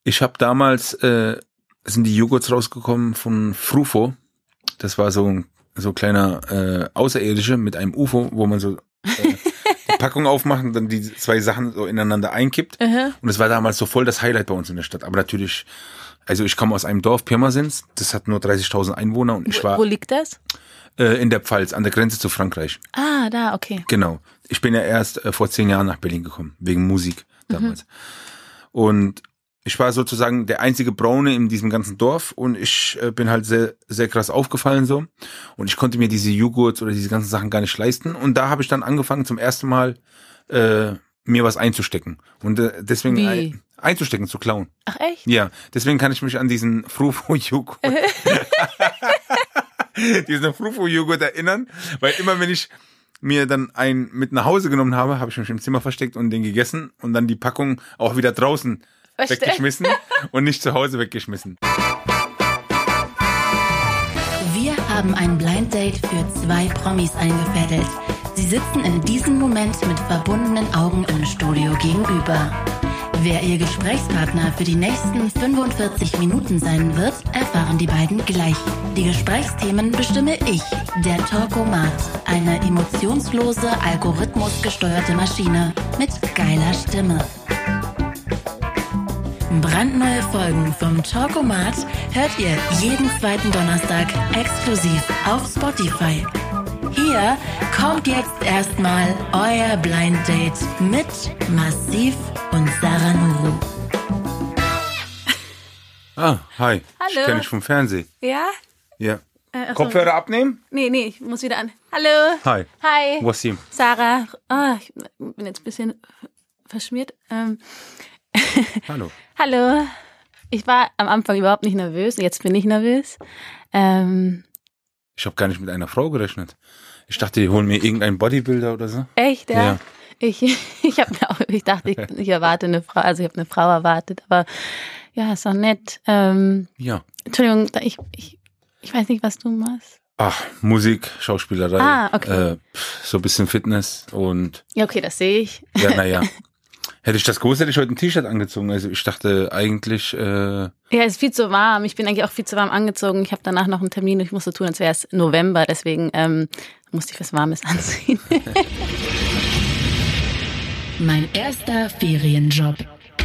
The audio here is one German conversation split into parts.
Ich habe damals, sind die Joghurts rausgekommen von Frufo. Das war so ein kleiner Außerirdische mit einem UFO, wo man so die Packung aufmacht und dann die zwei Sachen so ineinander einkippt. Und es war damals so voll das Highlight bei uns in der Stadt. Aber natürlich, also ich komme aus einem Dorf, Pirmasens, das hat nur 30.000 Einwohner und ich war... Wo liegt das? In der Pfalz, an der Grenze zu Frankreich. Ah, da, okay. Genau. Ich bin ja erst vor 10 Jahren nach Berlin gekommen, wegen Musik damals. Und ich war sozusagen der einzige Braune in diesem ganzen Dorf und ich bin halt sehr, sehr krass aufgefallen so. Und ich konnte mir diese Joghurts oder diese ganzen Sachen gar nicht leisten. Und da habe ich dann angefangen, zum ersten Mal mir was einzustecken. Und deswegen einzustecken, zu klauen. Ach echt? Ja, deswegen kann ich mich an diesen Frufo-Joghurt diesen Frufo-Joghurt erinnern, weil immer wenn ich mir dann einen mit nach Hause genommen habe, habe ich mich im Zimmer versteckt und den gegessen und dann die Packung auch wieder draußen weggeschmissen und nicht zu Hause weggeschmissen. Wir haben ein Blind Date für 2 Promis eingefädelt. Sie sitzen in diesem Moment mit verbundenen Augen im Studio gegenüber. Wer ihr Gesprächspartner für die nächsten 45 Minuten sein wird, erfahren die beiden gleich. Die Gesprächsthemen bestimme ich, der Talkomat, eine emotionslose, algorithmusgesteuerte Maschine mit geiler Stimme. Brandneue Folgen vom Talkomat hört ihr jeden zweiten Donnerstag exklusiv auf Spotify. Hier kommt jetzt erstmal euer Blind Date mit Massiv und Sarah Nuru. Ah, hi. Hallo. Ich kenne dich vom Fernsehen. Ja? Ja. Kopfhörer abnehmen? Nee, ich muss wieder an. Hallo. Hi. Hi. Wassim. Sarah. Ich bin jetzt ein bisschen verschmiert. Hallo. Hallo. Ich war am Anfang überhaupt nicht nervös. Jetzt bin ich nervös. Ich habe gar nicht mit einer Frau gerechnet. Ich dachte, die holen mir irgendeinen Bodybuilder oder so. Echt, ja? Ja. Ich dachte, ich erwarte eine Frau, also ich habe eine Frau erwartet, aber ja, ist doch nett. Ja. Entschuldigung, ich weiß nicht, was du machst. Ach, Musik, Schauspielerei. Ah, okay. So ein bisschen Fitness und... Ja, okay, das sehe ich. Ja, naja. Hätte ich das gewusst, hätte ich heute ein T-Shirt angezogen. Also ich dachte eigentlich... Ja, es ist viel zu warm. Ich bin eigentlich auch viel zu warm angezogen. Ich habe danach noch einen Termin und ich musste tun, als wäre es November. Deswegen musste ich was Warmes anziehen. Mein erster Ferienjob.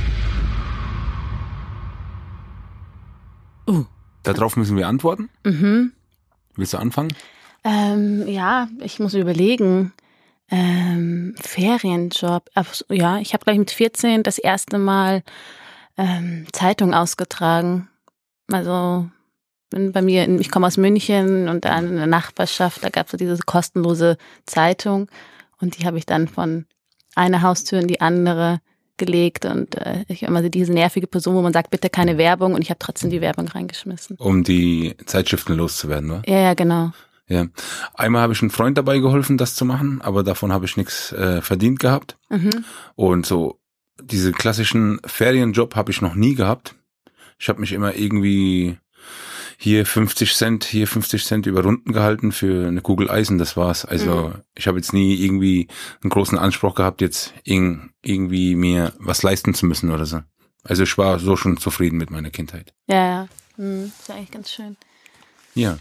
Darauf müssen wir antworten. Willst du anfangen? Ja, ich muss überlegen. Ferienjob. Ja, ich habe gleich mit 14 das erste Mal Zeitung ausgetragen. Also bin bei mir, ich komme aus München und da in der Nachbarschaft, da gab es so diese kostenlose Zeitung und die habe ich dann von einer Haustür in die andere gelegt und ich war immer diese nervige Person, wo man sagt, bitte keine Werbung und ich habe trotzdem die Werbung reingeschmissen. Um die Zeitschriften loszuwerden, oder? Ja, genau. Ja. Einmal habe ich einem Freund dabei geholfen, das zu machen, aber davon habe ich nichts verdient gehabt. Und so diese klassischen Ferienjob habe ich noch nie gehabt. Ich habe mich immer irgendwie hier 50 Cent über Runden gehalten für eine Kugel Eis und das war's. Also ich habe jetzt nie irgendwie einen großen Anspruch gehabt, jetzt irgendwie mir was leisten zu müssen oder so. Also ich war so schon zufrieden mit meiner Kindheit. Ja. Ist eigentlich ganz schön. Ja.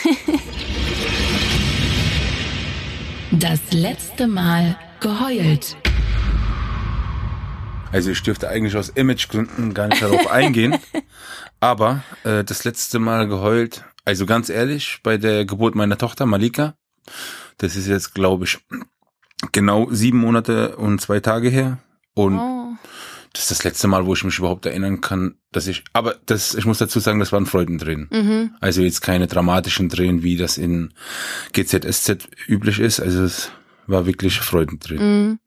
Das letzte Mal geheult. Also ich dürfte eigentlich aus Imagegründen gar nicht darauf eingehen, aber das letzte Mal geheult, also ganz ehrlich, bei der Geburt meiner Tochter Malika, das ist jetzt, glaube ich, genau 7 Monate und 2 Tage her und das ist das letzte Mal, wo ich mich überhaupt erinnern kann, ich muss dazu sagen, das waren Freudentränen. Also jetzt keine dramatischen Tränen, wie das in GZSZ üblich ist, also es war wirklich Freudentränen.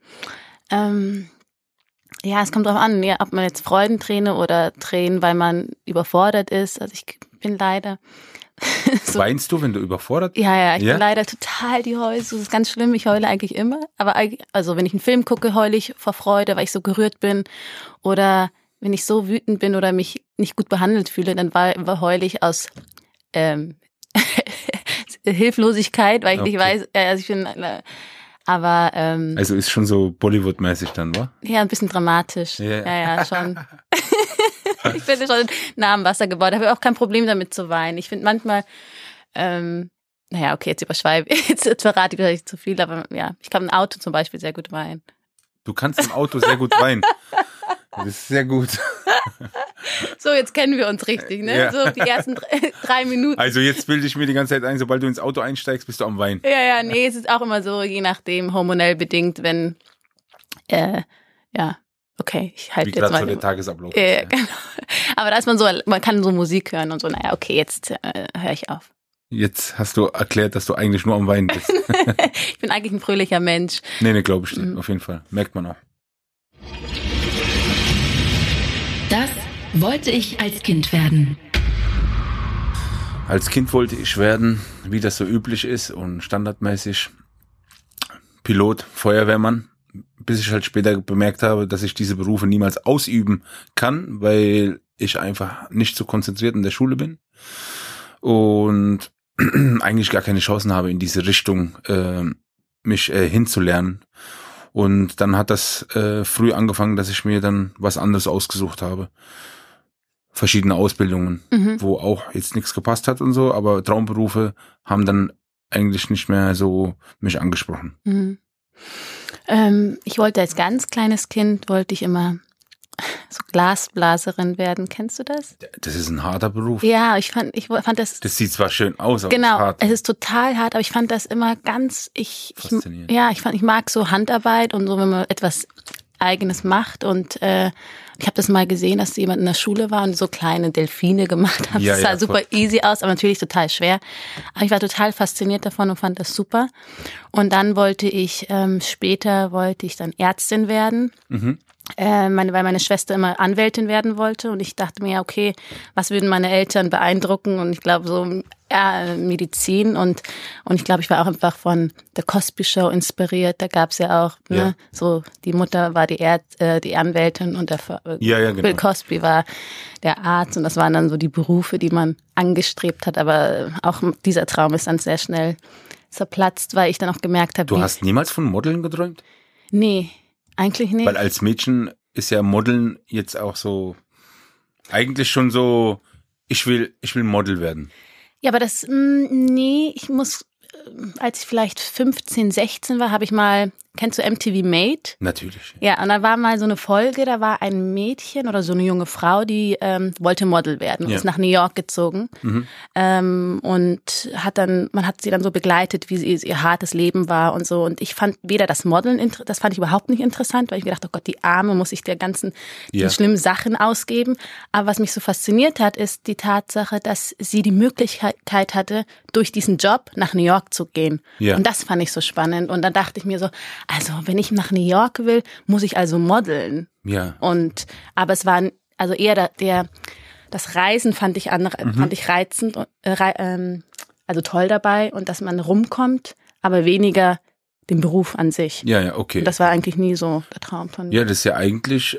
Ja, es kommt drauf an, ja, ob man jetzt Freudenträne oder Tränen, weil man überfordert ist. Also ich bin leider... So. Weinst du, wenn du überfordert bist? Ja, ich bin leider total die Heulsuse. Das ist ganz schlimm, ich heule eigentlich immer. Aber also wenn ich einen Film gucke, heule ich vor Freude, weil ich so gerührt bin. Oder wenn ich so wütend bin oder mich nicht gut behandelt fühle, dann heule ich aus Hilflosigkeit, weil ich nicht weiß, also ich bin... Aber also ist schon so Bollywood-mäßig dann, wa? Ja, ein bisschen dramatisch. Yeah. Ja, schon. bin schon nah am Wasser gebaut, habe auch kein Problem damit zu weinen. Ich finde manchmal, naja, okay, jetzt verrate ich vielleicht zu viel, aber ja, ich kann im Auto zum Beispiel sehr gut weinen. Du kannst im Auto sehr gut weinen. Das ist sehr gut. So, jetzt kennen wir uns richtig, ne? Ja. So die ersten 3 Minuten. Also jetzt bilde ich mir die ganze Zeit ein, sobald du ins Auto einsteigst, bist du am Weinen. Ja, nee, es ist auch immer so, je nachdem, hormonell bedingt, wenn, ja, okay, ich halte Wie jetzt gerade mal. so der Tagesablauf. Ja, genau. Aber da ist man so, man kann so Musik hören und so, naja, okay, jetzt höre ich auf. Jetzt hast du erklärt, dass du eigentlich nur am Weinen bist. Ich bin eigentlich ein fröhlicher Mensch. Nee, glaube ich dir. Auf jeden Fall. Merkt man auch. Das wollte ich als Kind werden. Als Kind wollte ich werden, wie das so üblich ist und standardmäßig Pilot, Feuerwehrmann, bis ich halt später bemerkt habe, dass ich diese Berufe niemals ausüben kann, weil ich einfach nicht so konzentriert in der Schule bin und eigentlich gar keine Chancen habe, in diese Richtung mich hinzulernen. Und dann hat das früh angefangen, dass ich mir dann was anderes ausgesucht habe. Verschiedene Ausbildungen, wo auch jetzt nichts gepasst hat und so, aber Traumberufe haben dann eigentlich nicht mehr so mich angesprochen. Ich wollte als ganz kleines Kind, immer so Glasblaserin werden. Kennst du das? Das ist ein harter Beruf. Ja, ich fand das. Das sieht zwar schön aus, aber Genau, es ist hart. es ist total hart, aber ich fand das immer ganz, Faszinierend. ich mag so Handarbeit und so, wenn man etwas Eigenes macht und ich habe das mal gesehen, dass jemand in der Schule war und so kleine Delfine gemacht hat. Das sah super easy aus, aber natürlich total schwer. Aber ich war total fasziniert davon und fand das super. Und dann später wollte ich dann Ärztin werden. Weil meine Schwester immer Anwältin werden wollte und ich dachte mir, okay, was würden meine Eltern beeindrucken und ich glaube so Medizin und ich glaube, ich war auch einfach von der Cosby Show inspiriert, da gab es ja auch, ne, so die Mutter war die Anwältin und der genau. Bill Cosby war der Arzt und das waren dann so die Berufe, die man angestrebt hat, aber auch dieser Traum ist dann sehr schnell zerplatzt, weil ich dann auch gemerkt habe, Du hast niemals von Modeln geträumt? Nee. Eigentlich nicht. Weil als Mädchen ist ja Modeln jetzt auch so, eigentlich schon so, ich will Model werden. Ja, aber als ich vielleicht 15, 16 war, habe ich mal, kennst du MTV Made? Natürlich. Ja, und da war mal so eine Folge, da war ein Mädchen oder so eine junge Frau, die wollte Model werden und ist nach New York gezogen und man hat sie dann so begleitet, wie ihr hartes Leben war und so. Und ich fand weder das Modeln, das fand ich überhaupt nicht interessant, weil ich gedacht, oh Gott, die Arme muss ich der ganzen die schlimmen Sachen ausgeben. Aber was mich so fasziniert hat, ist die Tatsache, dass sie die Möglichkeit hatte, durch diesen Job nach New York zu gehen. Ja. Und das fand ich so spannend. Und dann dachte ich mir so, also wenn ich nach New York will, muss ich also modeln. Ja. Aber es war also eher das Reisen fand ich reizend, also toll dabei und dass man rumkommt, aber weniger den Beruf an sich. Ja, okay. Und das war eigentlich nie so der Traum von mir. Ja, das ist ja eigentlich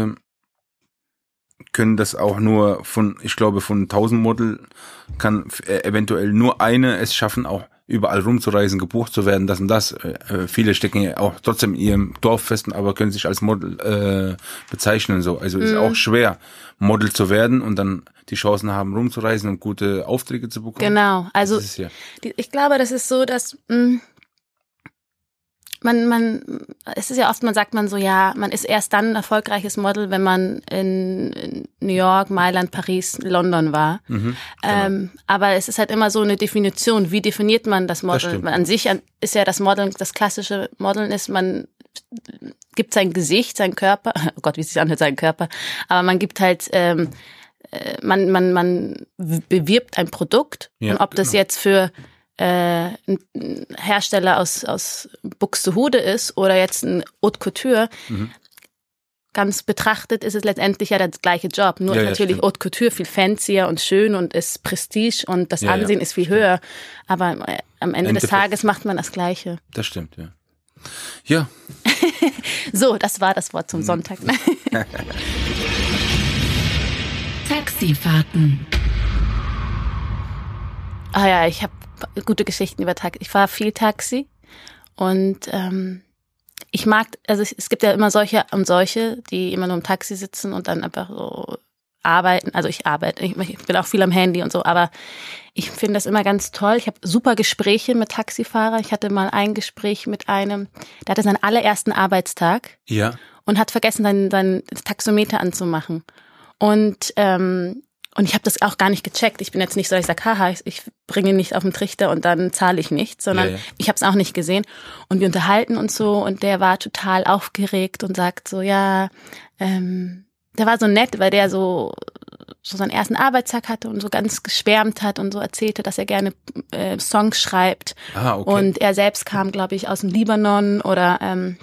können das auch nur von 1000 Model kann eventuell nur eine es schaffen, auch überall rumzureisen, gebucht zu werden, das und das. Viele stecken ja auch trotzdem in ihrem Dorf fest, aber können sich als Model bezeichnen. So. Also ist auch schwer, Model zu werden und dann die Chancen haben, rumzureisen und gute Aufträge zu bekommen. Genau, also ich glaube, das ist so, dass es ist ja oft, man ist erst dann ein erfolgreiches Model, wenn man in New York, Mailand, Paris, London war. Genau. Aber es ist halt immer so eine Definition. Wie definiert man das Model? An sich ist ja das Modeln, das klassische Modeln ist, man gibt sein Gesicht, seinen Körper, oh Gott, wie es sich anhört, seinen Körper, aber man gibt halt, man bewirbt ein Produkt und ob das jetzt für ein Hersteller aus Buxtehude ist oder jetzt ein Haute Couture, ganz betrachtet ist es letztendlich ja der gleiche Job. Nur ist natürlich Haute Couture viel fancier und schön und ist Prestige und das Ansehen ist viel höher. Aber am Ende des Tages macht man das Gleiche. Das stimmt, ja. Ja. So, das war das Wort zum Sonntag. Taxifahrten. Ah ja, ich habe gute Geschichten über Taxi. Ich fahre viel Taxi und ich mag, also es gibt ja immer solche und solche, die immer nur im Taxi sitzen und dann einfach so arbeiten, also ich bin auch viel am Handy und so, aber ich finde das immer ganz toll. Ich habe super Gespräche mit Taxifahrern. Ich hatte mal ein Gespräch mit einem, der hatte seinen allerersten Arbeitstag und hat vergessen, sein Taxometer anzumachen. Und ich habe das auch gar nicht gecheckt. Ich bin jetzt nicht so, dass ich sage, haha, ich bringe ihn nicht auf den Trichter und dann zahle ich nichts, sondern ich habe es auch nicht gesehen. Und wir unterhalten uns so und der war total aufgeregt und sagt so, ja, der war so nett, weil der so seinen ersten Arbeitstag hatte und so ganz geschwärmt hat und so erzählte, dass er gerne Songs schreibt. Okay. Und er selbst kam, glaube ich, aus dem Libanon oder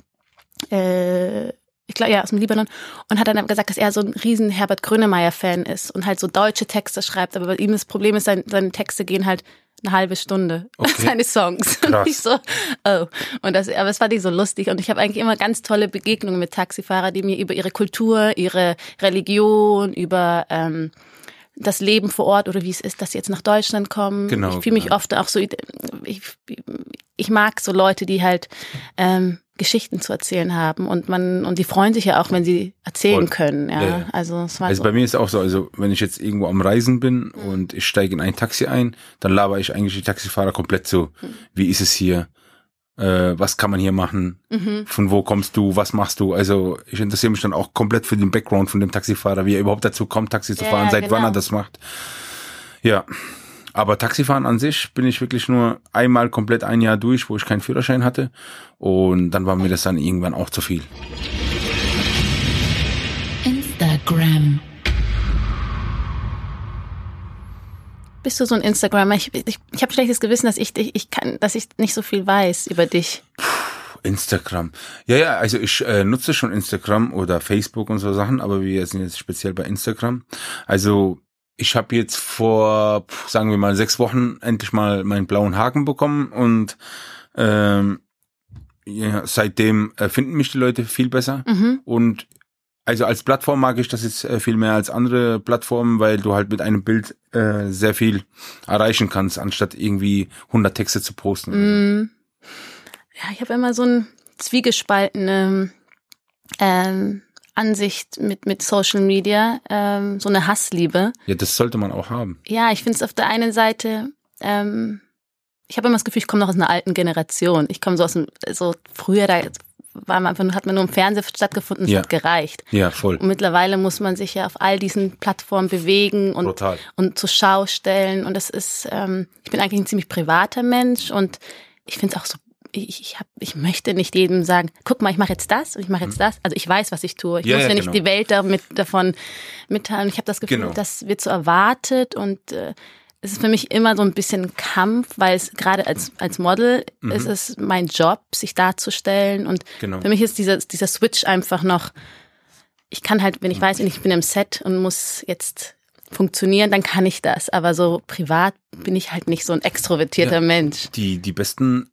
ich glaube, ja, aus dem Libanon und hat dann gesagt, dass er so ein riesen Herbert Grönemeyer-Fan ist und halt so deutsche Texte schreibt, aber bei ihm das Problem ist, seine Texte gehen halt eine halbe Stunde, seine Songs. Krass. Und ich so, oh. Aber es fand ich so lustig und ich habe eigentlich immer ganz tolle Begegnungen mit Taxifahrern, die mir über ihre Kultur, ihre Religion, über das Leben vor Ort oder wie es ist, dass sie jetzt nach Deutschland kommen. Genau, ich fühle mich oft auch so, ich mag so Leute, die halt Geschichten zu erzählen haben und die freuen sich ja auch, wenn sie erzählen können. Ja. Also es war bei mir ist auch so, also wenn ich jetzt irgendwo am Reisen bin und ich steige in ein Taxi ein, dann laber ich eigentlich die Taxifahrer komplett so, wie ist es hier? Was kann man hier machen? Von wo kommst du? Was machst du? Also ich interessiere mich dann auch komplett für den Background von dem Taxifahrer, wie er überhaupt dazu kommt, Taxi zu fahren, seit wann er das macht. Ja, aber Taxifahren an sich bin ich wirklich nur einmal komplett ein Jahr durch, wo ich keinen Führerschein hatte und dann war mir das dann irgendwann auch zu viel. Instagram. Bist du so ein Instagrammer? Ich habe schlechtes Gewissen, dass ich nicht so viel weiß über dich. Instagram. Ja, also ich nutze schon Instagram oder Facebook und so Sachen, aber wir sind jetzt speziell bei Instagram. Also ich habe jetzt vor, sagen wir mal, 6 Wochen endlich mal meinen blauen Haken bekommen und seitdem finden mich die Leute viel besser und also als Plattform mag ich das jetzt viel mehr als andere Plattformen, weil du halt mit einem Bild sehr viel erreichen kannst, anstatt irgendwie 100 Texte zu posten. Ja, ich habe immer so eine zwiegespaltene Ansicht mit Social Media, so eine Hassliebe. Ja, das sollte man auch haben. Ja, ich finde es auf der einen Seite, ich habe immer das Gefühl, ich komme noch aus einer alten Generation. Ich komme so aus dem, so früher, da hat man nur im Fernsehen stattgefunden, es hat gereicht. Ja, voll. Und mittlerweile muss man sich ja auf all diesen Plattformen bewegen und zur Schau stellen. Und das ist, ich bin eigentlich ein ziemlich privater Mensch und ich finde es auch so, ich möchte nicht jedem sagen, guck mal, ich mache jetzt das und ich mache jetzt das. Also ich weiß, was ich tue. Ich muss ja nicht die Welt davon mitteilen. Ich habe das Gefühl, das wird so erwartet und es ist für mich immer so ein bisschen Kampf, weil es gerade als Model ist es mein Job, sich darzustellen und für mich ist dieser Switch einfach noch, ich kann halt, wenn ich weiß, ich bin im Set und muss jetzt funktionieren, dann kann ich das, aber so privat bin ich halt nicht so ein extrovertierter Mensch. Die besten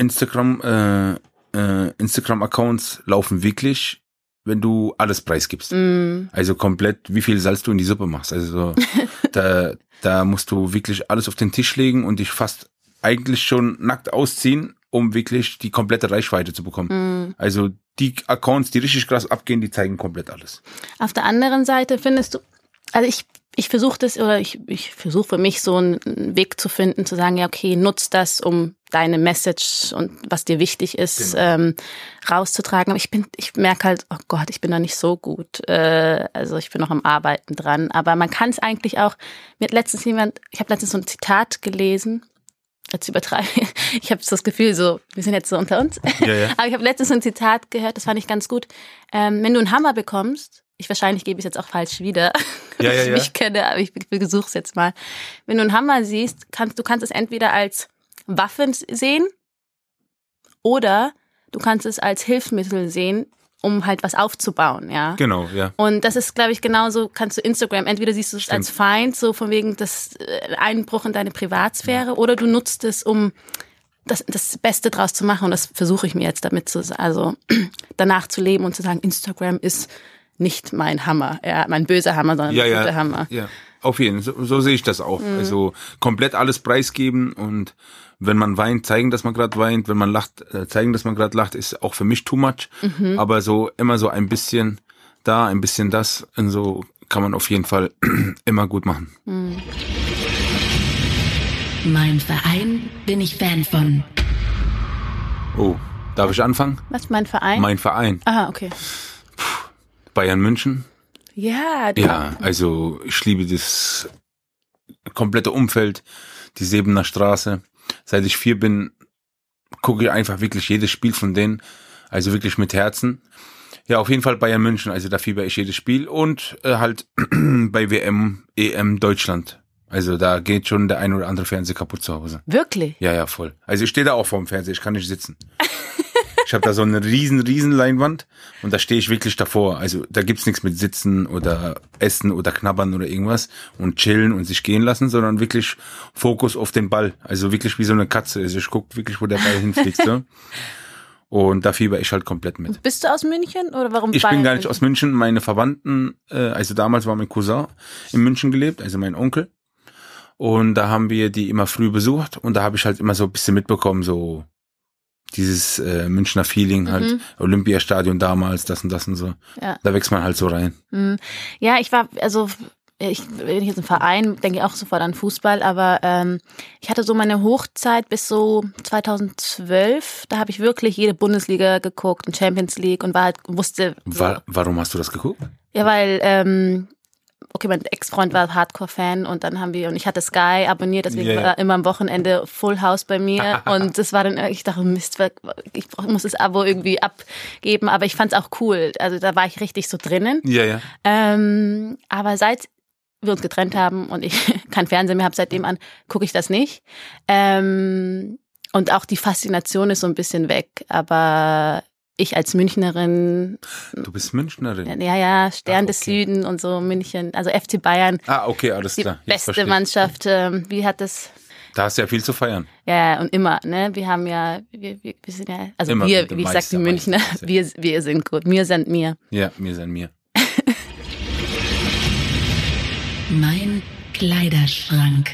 Instagram-Accounts laufen wirklich, wenn du alles preisgibst. Also komplett, wie viel Salz du in die Suppe machst. Also da musst du wirklich alles auf den Tisch legen und dich fast eigentlich schon nackt ausziehen, um wirklich die komplette Reichweite zu bekommen. Also die Accounts, die richtig krass abgehen, die zeigen komplett alles. Auf der anderen Seite findest du, also ich versuche das, oder ich versuche für mich so einen Weg zu finden, zu sagen, ja okay, nutz das, um deine Message und was dir wichtig ist, rauszutragen. Aber ich merke halt, oh Gott, ich bin da nicht so gut. Also ich bin noch am Arbeiten dran. Aber man kann es eigentlich auch, ich habe letztens so ein Zitat gelesen, jetzt übertreibe ich habe das Gefühl, so, wir sind jetzt so unter uns. Ja. Aber ich habe letztens so ein Zitat gehört, das fand ich ganz gut. Wenn du einen Hammer bekommst, wahrscheinlich gebe ich es jetzt auch falsch wieder, dass ich mich kenne, aber ich versuche es jetzt mal. Wenn du einen Hammer siehst, kannst du es entweder als Waffe sehen oder du kannst es als Hilfsmittel sehen, um halt was aufzubauen, ja. Genau, ja. Und das ist, glaube ich, genauso, kannst du Instagram, entweder siehst du es als Feind, so von wegen das Einbruch in deine Privatsphäre, oder du nutzt es, um das Beste draus zu machen. Und das versuche ich mir jetzt damit danach zu leben und zu sagen, Instagram ist nicht mein Hammer, mein böser Hammer, sondern ein guter Hammer. Ja, auf jeden Fall. So sehe ich das auch. Also komplett alles preisgeben und wenn man weint, zeigen, dass man gerade weint. Wenn man lacht, zeigen, dass man gerade lacht, ist auch für mich too much. Aber so immer so ein bisschen da, ein bisschen das, in so kann man auf jeden Fall immer gut machen. Mein Verein bin ich Fan von. Oh, darf ich anfangen? Was, mein Verein? Mein Verein. Aha, okay. Bayern München. Ja. Ja, also ich liebe das komplette Umfeld, die Sebener Straße. Seit ich 4 bin, gucke ich einfach wirklich jedes Spiel von denen, also wirklich mit Herzen. Ja, auf jeden Fall Bayern München, also da fieber ich jedes Spiel und halt bei WM, EM Deutschland. Also da geht schon der ein oder andere Fernseher kaputt zu Hause. Wirklich? Ja, voll. Also ich stehe da auch vorm Fernseher, ich kann nicht sitzen. Ich habe da so eine riesen Leinwand und da stehe ich wirklich davor. Also da gibt's nichts mit Sitzen oder Essen oder Knabbern oder irgendwas und chillen und sich gehen lassen, sondern wirklich Fokus auf den Ball. Also wirklich wie so eine Katze. Also ich gucke wirklich, wo der Ball hinfliegt. So. Und da fieber ich halt komplett mit. Bist du aus München oder warum? Ich bin gar nicht aus München. Meine Verwandten, also damals war mein Cousin in München gelebt, also mein Onkel. Und da haben wir die immer früh besucht und da habe ich halt immer so ein bisschen mitbekommen, so dieses Münchner Feeling halt, Olympiastadion damals, das und so. Ja. Da wächst man halt so rein. Ja, wenn ich jetzt einen Verein, denke ich auch sofort an Fußball, aber ich hatte so meine Hochzeit bis so 2012, da habe ich wirklich jede Bundesliga geguckt und Champions League und wusste... So. Warum hast du das geguckt? Ja, weil... mein Ex-Freund war Hardcore-Fan und ich hatte Sky abonniert, deswegen war immer am Wochenende Full House bei mir und das war dann, ich dachte, Mist, ich muss das Abo irgendwie abgeben, aber ich fand's auch cool, also da war ich richtig so drinnen. Ja. Aber seit wir uns getrennt haben und ich kein Fernsehen mehr habe seitdem an, gucke ich das nicht. Und auch die Faszination ist so ein bisschen weg, aber ich als Münchnerin. Du bist Münchnerin? Ja, Stern des Süden und so München, also FC Bayern. Okay, alles klar. Die beste Mannschaft. Wie hat das? Da hast du ja viel zu feiern. Ja, und immer, ne? Wir haben ja, wir sind ja, also immer wir, wie ich sag, die Münchner, wir sind gut. Mir sind mir. Ja, mir sind mir. Mein Kleiderschrank.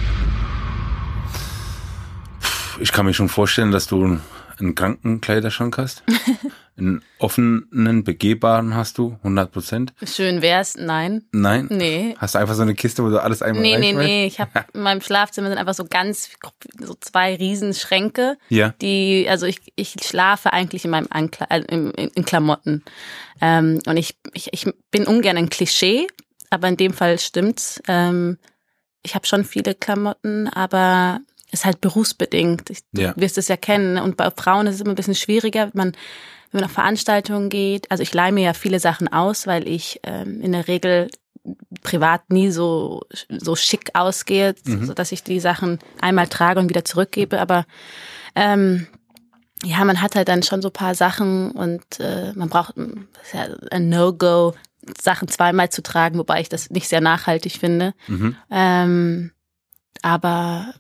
Ich kann mir schon vorstellen, dass du einen kranken Kleiderschrank hast. Einen offenen, begehbaren hast du, 100%. Schön wär's, nein. Nein? Nee. Hast du einfach so eine Kiste, wo du alles einmal reinschmeißt? Nee. Ich habe in meinem Schlafzimmer sind einfach so 2 Riesenschränke. Ja. Also ich schlafe eigentlich in meinem in Klamotten. Und ich bin ungern ein Klischee, aber in dem Fall stimmt's. Ich habe schon viele Klamotten, aber ist halt berufsbedingt. Du wirst es ja kennen. Und bei Frauen ist es immer ein bisschen schwieriger, wenn man auf Veranstaltungen geht. Also ich leihe mir ja viele Sachen aus, weil ich in der Regel privat nie so schick ausgehe, sodass ich die Sachen einmal trage und wieder zurückgebe. Aber man hat halt dann schon so ein paar Sachen und man braucht, das ist ja ein No-Go, Sachen zweimal zu tragen, wobei ich das nicht sehr nachhaltig finde. Aber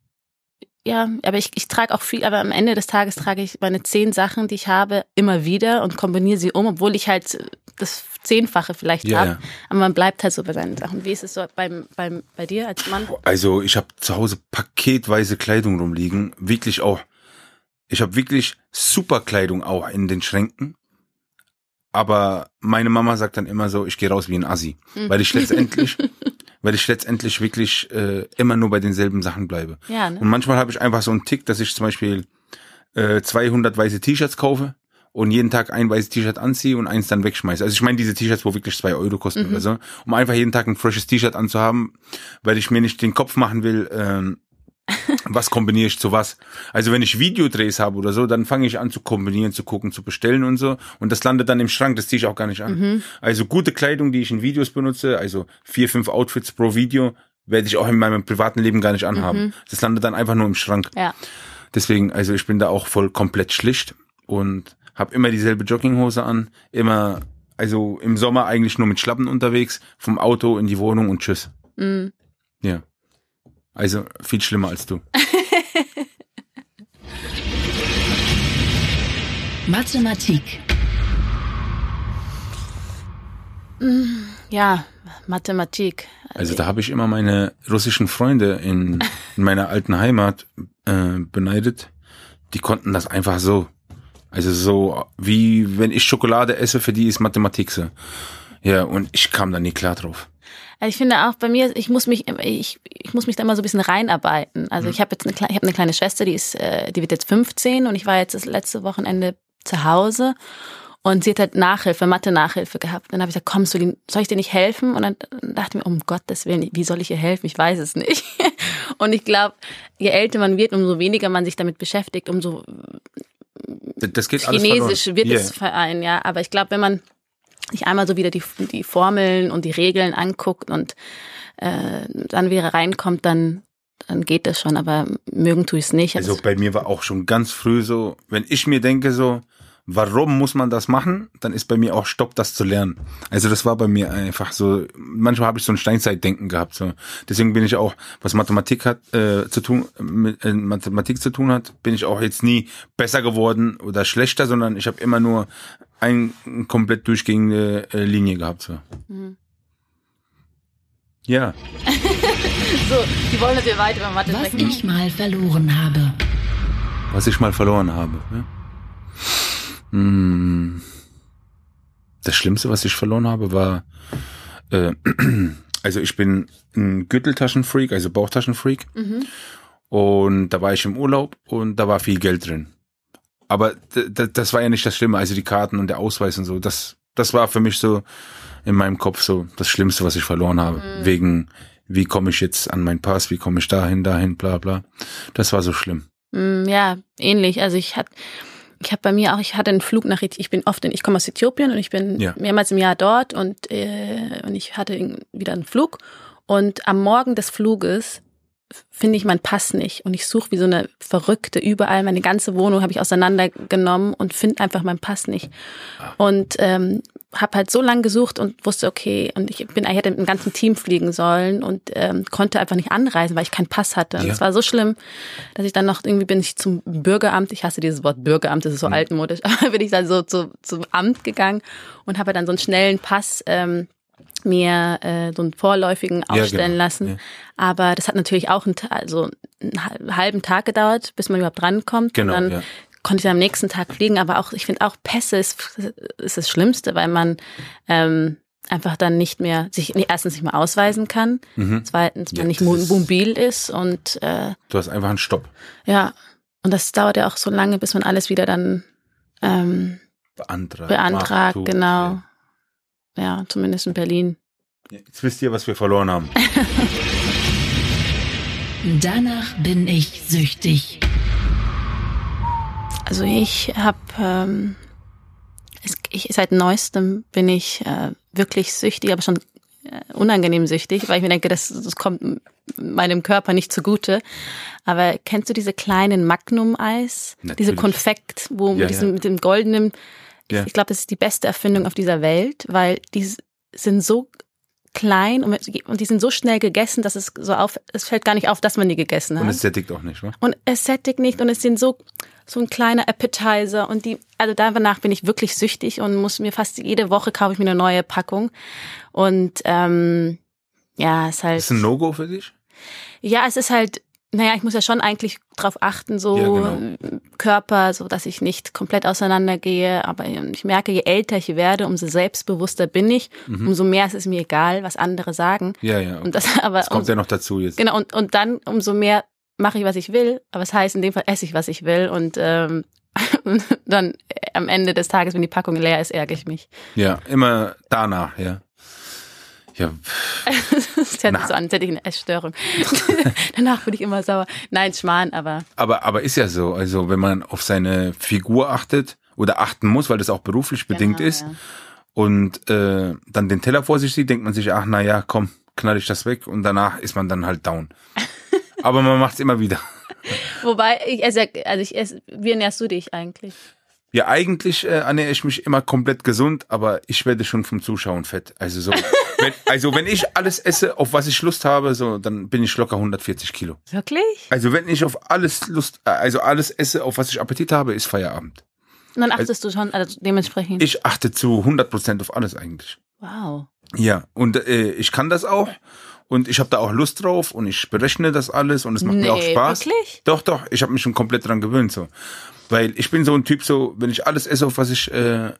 ich trage auch viel, aber am Ende des Tages trage ich meine 10 Sachen, die ich habe, immer wieder und kombiniere sie obwohl ich halt das 10-fache vielleicht habe. Aber man bleibt halt so bei seinen Sachen. Wie ist es so bei dir als Mann? Also ich habe zu Hause paketweise Kleidung rumliegen. Wirklich auch. Ich habe wirklich super Kleidung auch in den Schränken. Aber meine Mama sagt dann immer so, ich gehe raus wie ein Assi. Weil ich letztendlich wirklich immer nur bei denselben Sachen bleibe. Ja, ne? Und manchmal habe ich einfach so einen Tick, dass ich zum Beispiel 200 weiße T-Shirts kaufe und jeden Tag ein weißes T-Shirt anziehe und eins dann wegschmeiße. Also ich meine diese T-Shirts, wo wirklich 2 Euro kosten oder so, um einfach jeden Tag ein frisches T-Shirt anzuhaben, weil ich mir nicht den Kopf machen will, was kombiniere ich zu was. Also wenn ich Videodrehs habe oder so, dann fange ich an zu kombinieren, zu gucken, zu bestellen und so. Und das landet dann im Schrank, das ziehe ich auch gar nicht an. Also gute Kleidung, die ich in Videos benutze, also 4, 5 Outfits pro Video, werde ich auch in meinem privaten Leben gar nicht anhaben. Das landet dann einfach nur im Schrank. Ja. Deswegen, also ich bin da auch voll komplett schlicht und habe immer dieselbe Jogginghose an, immer, also im Sommer eigentlich nur mit Schlappen unterwegs, vom Auto in die Wohnung und tschüss. Ja. Also viel schlimmer als du. Mathematik. Ja, Mathematik. Also da habe ich immer meine russischen Freunde in meiner alten Heimat beneidet. Die konnten das einfach so. Also so, wie wenn ich Schokolade esse, für die ist Mathematik so. Ja, und ich kam da nie klar drauf. Also ich finde auch bei mir, ich muss mich da immer so ein bisschen reinarbeiten. Also ich habe eine kleine Schwester, die wird jetzt 15 und ich war jetzt das letzte Wochenende zu Hause und sie hat halt Mathe-Nachhilfe gehabt. Dann habe ich gesagt, komm, soll ich dir nicht helfen? Und dann dachte ich mir, um Gottes Willen, wie soll ich ihr helfen? Ich weiß es nicht. Und ich glaube, je älter man wird, umso weniger man sich damit beschäftigt, umso das geht alles chinesisch verloren. wird es vereinen, ja. Aber ich glaube, wenn man sich einmal so wieder die Formeln und die Regeln anguckt und dann wieder reinkommt, dann geht das schon, aber mögen tue ich es nicht. Also bei mir war auch schon ganz früh so, wenn ich mir denke so, warum muss man das machen, dann ist bei mir auch Stopp, das zu lernen. Also das war bei mir einfach so, manchmal habe ich so ein Steinzeitdenken gehabt. So. Deswegen bin ich auch, was Mathematik hat Mathematik zu tun hat, bin ich auch jetzt nie besser geworden oder schlechter, sondern ich habe immer nur eine komplett durchgehende Linie gehabt. So. Mhm. Ja. So, die wollen, dass wir weiter über Mathe sprechen. Was ich mal verloren habe. Was ich mal verloren habe. Ja? Das Schlimmste, was ich verloren habe, war, also ich bin ein Gürteltaschenfreak, also Bauchtaschenfreak. Mhm. Und da war ich im Urlaub und da war viel Geld drin. Aber das war ja nicht das Schlimme, also die Karten und der Ausweis und so. Das war für mich so in meinem Kopf so das Schlimmste, was ich verloren habe. Mhm. Wegen, wie komme ich jetzt an meinen Pass, wie komme ich dahin, bla bla. Das war so schlimm. Ja, ähnlich. Also ich hatte einen Flug nach, ich komme aus Äthiopien und ich bin mehrmals im Jahr dort und ich hatte wieder einen Flug und am Morgen des Fluges finde ich meinen Pass nicht und ich suche wie so eine Verrückte überall, meine ganze Wohnung habe ich auseinandergenommen und finde einfach meinen Pass nicht und habe halt so lange gesucht und wusste, okay, und ich hätte mit dem ganzen Team fliegen sollen und konnte einfach nicht anreisen, weil ich keinen Pass hatte. Und es war so schlimm, dass ich dann noch bin ich zum Bürgeramt, ich hasse dieses Wort Bürgeramt, das ist so altmodisch, aber bin ich dann so zum Amt gegangen und habe dann so einen schnellen Pass mir so einen vorläufigen aufstellen lassen. Ja. Aber das hat natürlich auch einen halben Tag gedauert, bis man überhaupt rankommt. Genau, und dann konnte ich dann am nächsten Tag fliegen. Aber auch, ich finde auch Pässe ist das Schlimmste, weil man einfach dann erstens nicht mehr ausweisen kann, zweitens man nicht mobil ist und du hast einfach einen Stopp. Ja, und das dauert ja auch so lange, bis man alles wieder dann beantragt, genau. Ja, zumindest in Berlin. Jetzt wisst ihr, was wir verloren haben. Danach bin ich süchtig. Also ich habe, seit Neuestem bin ich wirklich süchtig, aber schon unangenehm süchtig, weil ich mir denke, das kommt meinem Körper nicht zugute. Aber kennst du diese kleinen Magnum-Eis? Natürlich. Diese Konfekt, mit dem goldenen... Ja. Ich glaube, das ist die beste Erfindung auf dieser Welt, weil die sind so klein und die sind so schnell gegessen, dass es fällt gar nicht auf, dass man die gegessen hat. Und es sättigt auch nicht, wa? Und es sättigt nicht und es sind so ein kleiner Appetizer und also danach bin ich wirklich süchtig und muss mir fast jede Woche kaufe ich mir eine neue Packung und ist halt. Ist ein No-Go für dich? Ja, es ist halt. Naja, ich muss ja schon eigentlich drauf achten, Körper, so dass ich nicht komplett auseinandergehe. Aber ich merke, je älter ich werde, umso selbstbewusster bin ich, umso mehr ist es mir egal, was andere sagen. Ja, ja. Und das kommt ja noch dazu jetzt. Genau, und dann umso mehr mache ich, was ich will. Aber es heißt, in dem Fall esse ich, was ich will. Und dann am Ende des Tages, wenn die Packung leer ist, ärgere ich mich. Ja, immer danach, ja. Ja. Das hört sich so an, als hätte ich eine Essstörung. Danach bin ich immer sauer. Nein, Schmarrn, aber... Aber ist ja so, also wenn man auf seine Figur achtet oder achten muss, weil das auch beruflich bedingt ist und dann den Teller vor sich sieht, denkt man sich, ach naja, komm, knall ich das weg und danach ist man dann halt down. Aber man macht es immer wieder. Wobei, wie ernährst du dich eigentlich? Ja, eigentlich ernähre ich mich immer komplett gesund, aber ich werde schon vom Zuschauen fett. Also so, wenn ich alles esse, auf was ich Lust habe, so, dann bin ich locker 140 Kilo. Wirklich? Also wenn ich auf alles alles esse, auf was ich Appetit habe, ist Feierabend. Und dann achtest du schon, also dementsprechend? Ich achte zu 100% auf alles eigentlich. Wow. Ja, und ich kann das auch. Und ich habe da auch Lust drauf und ich berechne das alles und es macht mir auch Spaß. Wirklich? Doch, ich habe mich schon komplett dran gewöhnt so. Weil ich bin so ein Typ, so wenn ich alles esse, auf was ich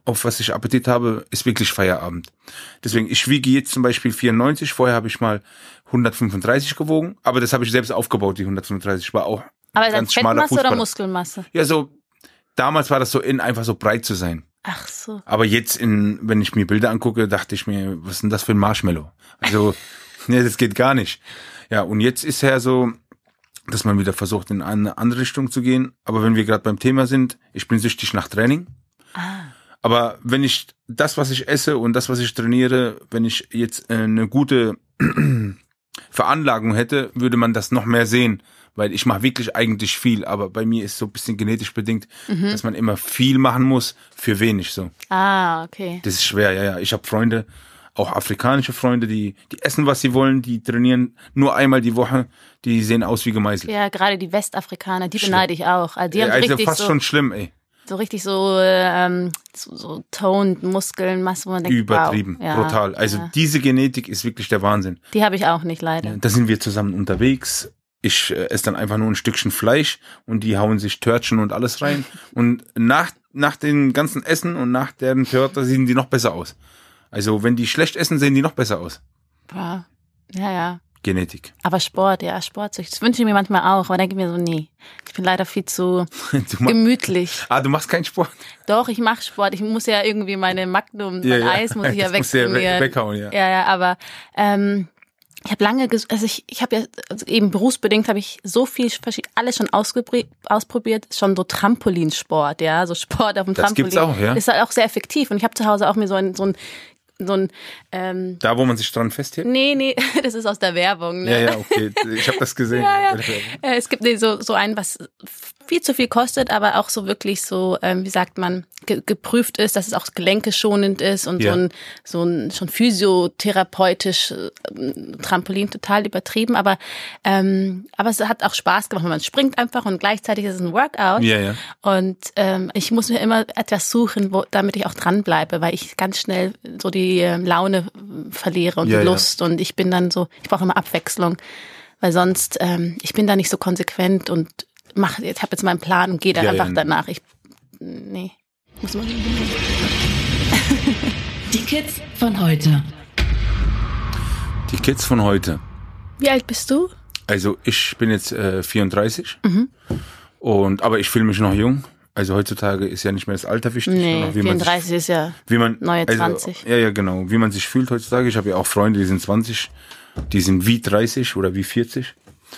auf was ich Appetit habe, ist wirklich Feierabend. Deswegen, ich wiege jetzt zum Beispiel 94, vorher habe ich mal 135 gewogen, aber das habe ich selbst aufgebaut, die 135, war auch Aber dann ganz schmaler Fettmasse oder Fußballer. Muskelmasse? Ja, so, damals war das so einfach so breit zu sein. Ach so. Aber jetzt, wenn ich mir Bilder angucke, dachte ich mir, was ist denn das für ein Marshmallow? Also, nee, das geht gar nicht. Ja, und jetzt ist ja so, dass man wieder versucht, in eine andere Richtung zu gehen. Aber wenn wir gerade beim Thema sind, ich bin süchtig nach Training. Aber wenn ich das, was ich esse und das, was ich trainiere, wenn ich jetzt eine gute Veranlagung hätte, würde man das noch mehr sehen. Weil ich mache wirklich eigentlich viel, aber bei mir ist so ein bisschen genetisch bedingt, dass man immer viel machen muss für wenig so. Ah, okay. Das ist schwer, ja. Ich habe Freunde, auch afrikanische Freunde, die essen, was sie wollen, die trainieren nur einmal die Woche, die sehen aus wie gemeißelt. Ja, gerade die Westafrikaner, die Schlimm. beneide ich auch. Also die haben Also richtig fast so, schon schlimm, ey. so richtig so toned Muskeln, Masse, wo man denkt, Übertrieben, wow. Ja, brutal. Also ja. diese Genetik ist wirklich der Wahnsinn. Die habe ich auch nicht, leider. Da sind wir zusammen unterwegs. Ich esse dann einfach nur ein Stückchen Fleisch und die hauen sich Törtchen und alles rein. Und nach dem ganzen Essen und nach deren Törter sehen die noch besser aus. Also wenn die schlecht essen, sehen die noch besser aus. Boah. Ja. Genetik. Aber Sport, Sportsucht. Das wünsche ich mir manchmal auch, aber denke mir so, nee, ich bin leider viel zu gemütlich. Du machst keinen Sport? Doch, ich mache Sport. Ich muss ja irgendwie meine Magnum, mein Eis muss ich ja wegtrainieren. Weghauen, ja. Ja, aber ich habe lange, ich habe ja also eben berufsbedingt habe ich so viel alles schon ausprobiert, schon so Trampolinsport, ja, so Sport auf dem Das Trampolin. gibt's auch, ja. Ist halt auch sehr effektiv und ich habe zu Hause auch mir so ein Da, wo man sich dran festhält? Nee, das ist aus der Werbung. Ne? Ja, okay, ich habe das gesehen. Ja. Es gibt so ein, was viel zu viel kostet, aber auch so wirklich so, wie sagt man, geprüft ist, dass es auch gelenkeschonend ist und so ein schon physiotherapeutisch Trampolin total übertrieben, aber es hat auch Spaß gemacht, weil man springt einfach und gleichzeitig ist es ein Workout. Ja. Und ich muss mir immer etwas suchen, damit ich auch dranbleibe, weil ich ganz schnell so die Laune verliere und die Lust und ich bin dann so, ich brauche immer Abwechslung, weil sonst ich bin da nicht so konsequent und ich habe jetzt meinen Plan und gehe dann einfach danach. Muss man Die Kids von heute. Die Kids von heute. Wie alt bist du? Also ich bin jetzt 34 aber ich fühle mich noch jung. Also heutzutage ist ja nicht mehr das Alter wichtig. Nee, 34 ist ja neue 20. Ja, genau. Wie man sich fühlt heutzutage. Ich habe ja auch Freunde, die sind 20, die sind wie 30 oder wie 40.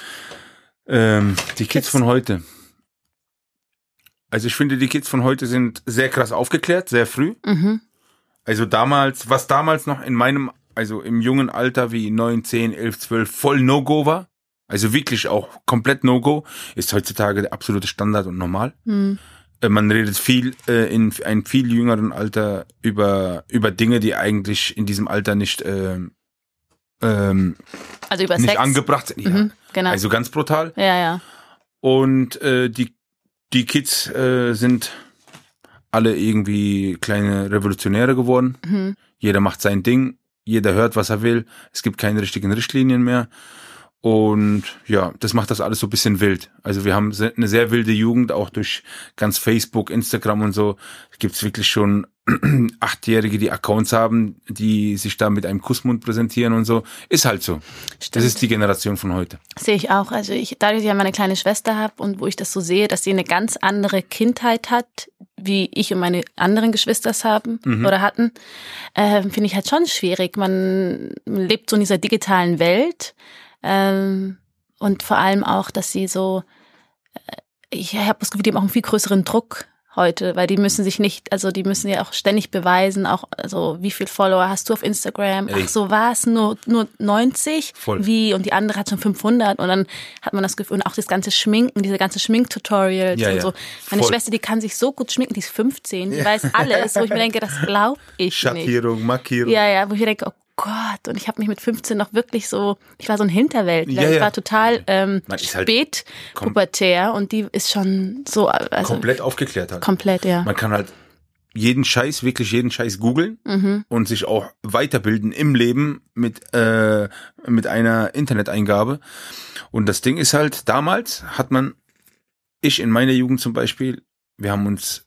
Die Kids von heute. Also ich finde, die Kids von heute sind sehr krass aufgeklärt, sehr früh. Also was damals noch im jungen Alter wie 9, 10, 11, 12 voll No-Go war, also wirklich auch komplett No-Go, ist heutzutage der absolute Standard und normal. Man redet viel in einem viel jüngeren Alter über Dinge, die eigentlich in diesem Alter nicht also über nicht Sex angebracht sind. Ja. Genau. Also ganz brutal. Ja. Und die Kids sind alle irgendwie kleine Revolutionäre geworden. Jeder macht sein Ding, jeder hört, was er will. Es gibt keine richtigen Richtlinien mehr. Und ja, das macht das alles so ein bisschen wild. Also wir haben eine sehr wilde Jugend, auch durch ganz Facebook, Instagram und so. Gibt's wirklich schon 8-Jährige, die Accounts haben, die sich da mit einem Kussmund präsentieren und so. Ist halt so. Stimmt. Das ist die Generation von heute. Sehe ich auch. Also dadurch, dass ich ja meine kleine Schwester habe und wo ich das so sehe, dass sie eine ganz andere Kindheit hat, wie ich und meine anderen Geschwister es haben oder hatten, finde ich halt schon schwierig. Man lebt so in dieser digitalen Welt. Und vor allem auch, dass sie so, ich habe das Gefühl, die haben auch einen viel größeren Druck heute, weil die müssen ja auch ständig beweisen, auch, also wie viel Follower hast du auf Instagram? Ach so, was? Nur 90? Voll. Wie? Und die andere hat schon 500 und dann hat man das Gefühl, und auch das ganze Schminken, diese ganze Schminktutorials und so. Meine Schwester, die kann sich so gut schminken, die ist 15, die weiß alles, wo ich mir denke, das glaube ich nicht. Schattierung, Markierung. Ja, wo ich mir denke, oh Gott, und ich habe mich mit 15 noch wirklich so, ich war so ein Hinterwäldler, ich war total spät pubertär und die ist schon so, also komplett aufgeklärt halt. Komplett, ja. Man kann halt wirklich jeden Scheiß googeln und sich auch weiterbilden im Leben mit einer Interneteingabe. Und das Ding ist halt, damals ich in meiner Jugend zum Beispiel, wir haben uns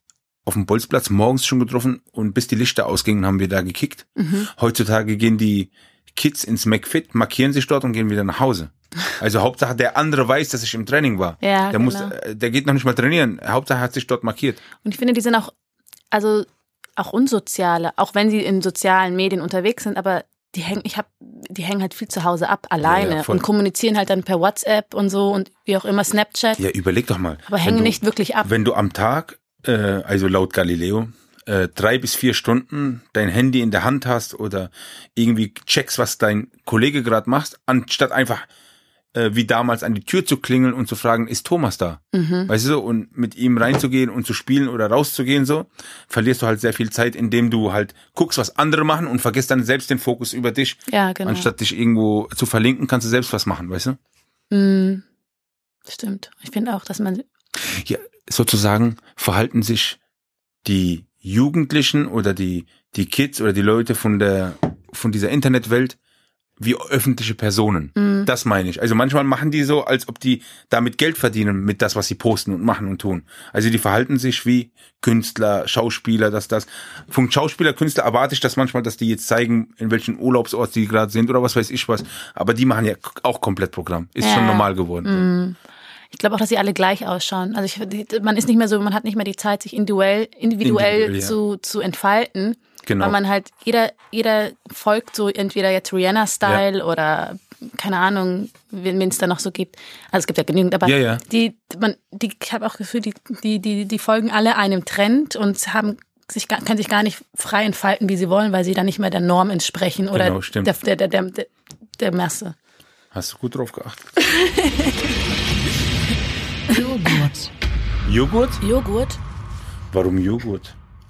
auf dem Bolzplatz morgens schon getroffen und bis die Lichter ausgingen, haben wir da gekickt. Heutzutage gehen die Kids ins McFit, markieren sich dort und gehen wieder nach Hause. Also Hauptsache der andere weiß, dass ich im Training war. Ja, der geht noch nicht mal trainieren. Hauptsache hat sich dort markiert. Und ich finde, die sind auch unsoziale, auch wenn sie in sozialen Medien unterwegs sind, aber die hängen halt viel zu Hause ab, alleine und kommunizieren halt dann per WhatsApp und so und wie auch immer, Snapchat. Ja, überleg doch mal. Aber hängen nicht wirklich ab. Wenn du am Tag, also laut Galileo, 3 bis 4 Stunden dein Handy in der Hand hast oder irgendwie checkst, was dein Kollege gerade macht, anstatt einfach wie damals an die Tür zu klingeln und zu fragen, ist Thomas da? Weißt du so? Und mit ihm reinzugehen und zu spielen oder rauszugehen so, verlierst du halt sehr viel Zeit, indem du halt guckst, was andere machen und vergisst dann selbst den Fokus über dich. Ja, genau. Anstatt dich irgendwo zu verlinken, kannst du selbst was machen, weißt du? Stimmt. Ich finde auch, dass man... Ja, sozusagen verhalten sich die Jugendlichen oder die Kids oder die Leute von dieser Internetwelt wie öffentliche Personen. Das meine ich. Also manchmal machen die so, als ob die damit Geld verdienen mit das, was sie posten und machen und tun. Also die verhalten sich wie Künstler, Schauspieler, Von Schauspieler, Künstler erwarte ich das manchmal, dass die jetzt zeigen, in welchen Urlaubsort die gerade sind oder was weiß ich was. Aber die machen ja auch komplett Programm. Ist schon normal geworden. Ich glaube auch, dass sie alle gleich ausschauen. Also man ist nicht mehr so, man hat nicht mehr die Zeit, sich individuell zu entfalten. Genau. Weil man halt, jeder folgt so entweder jetzt Rihanna-Style oder keine Ahnung, wen es da noch so gibt. Also es gibt ja genügend, aber ich habe auch das Gefühl, die folgen alle einem Trend und können sich gar nicht frei entfalten, wie sie wollen, weil sie dann nicht mehr der Norm entsprechen oder der Masse. Hast du gut drauf geachtet? Joghurt? Warum Joghurt?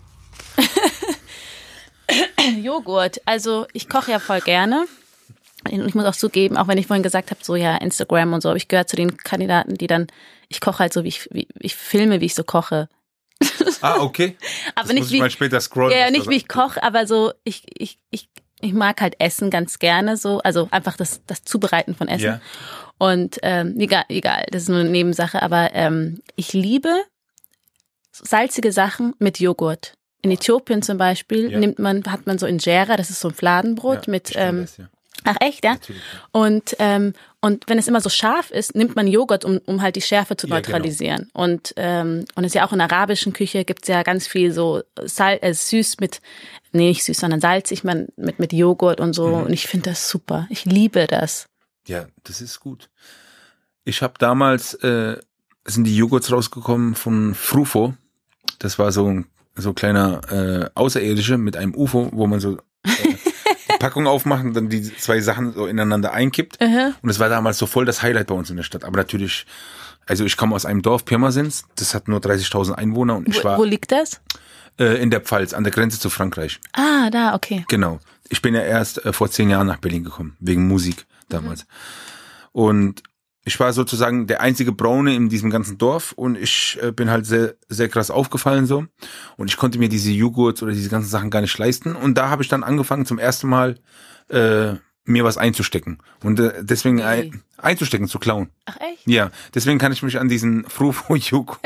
Joghurt. Also ich koche ja voll gerne. Und ich muss auch zugeben, auch wenn ich vorhin gesagt habe, so ja, Instagram und so, aber ich gehöre zu den Kandidaten, die dann, ich koche halt so, wie ich filme, wie ich so koche. Ah, okay. Aber das nicht muss ich mal später scrollen. Ja, nicht wie ich koche, aber so, ich mag halt Essen ganz gerne so, also einfach das Zubereiten von Essen. Ja. Und egal, das ist nur eine Nebensache, aber ich liebe salzige Sachen mit Joghurt. In Äthiopien zum Beispiel hat man so Injera, das ist so ein Fladenbrot mit ach echt, ja? Natürlich, ja. Und wenn es immer so scharf ist, nimmt man Joghurt, um halt die Schärfe zu neutralisieren. Genau. Und es ist ja auch in der arabischen Küche gibt's ja ganz viel so süß nicht süß, sondern salzig mit Joghurt und so. Und ich finde das super. Ich liebe das. Ja, das ist gut. Ich habe damals, sind die Joghurts rausgekommen von Frufo. Das war so ein kleiner Außerirdische mit einem UFO, wo man so die Packung aufmacht und dann die 2 Sachen so ineinander einkippt. Und das war damals so voll das Highlight bei uns in der Stadt. Aber natürlich, also ich komme aus einem Dorf, Pirmasens, das hat nur 30.000 Einwohner. Und wo liegt das? In der Pfalz, an der Grenze zu Frankreich. Ah, da, okay. Genau. Ich bin ja erst vor 10 Jahren nach Berlin gekommen, wegen Musik damals. Und ich war sozusagen der einzige Braune in diesem ganzen Dorf und ich bin halt sehr, sehr krass aufgefallen so. Und ich konnte mir diese Joghurts oder diese ganzen Sachen gar nicht leisten. Und da habe ich dann angefangen zum ersten Mal mir was einzustecken. Und deswegen einzustecken, zu klauen. Ach echt? Ja, deswegen kann ich mich an diesen Frufo-Joghurt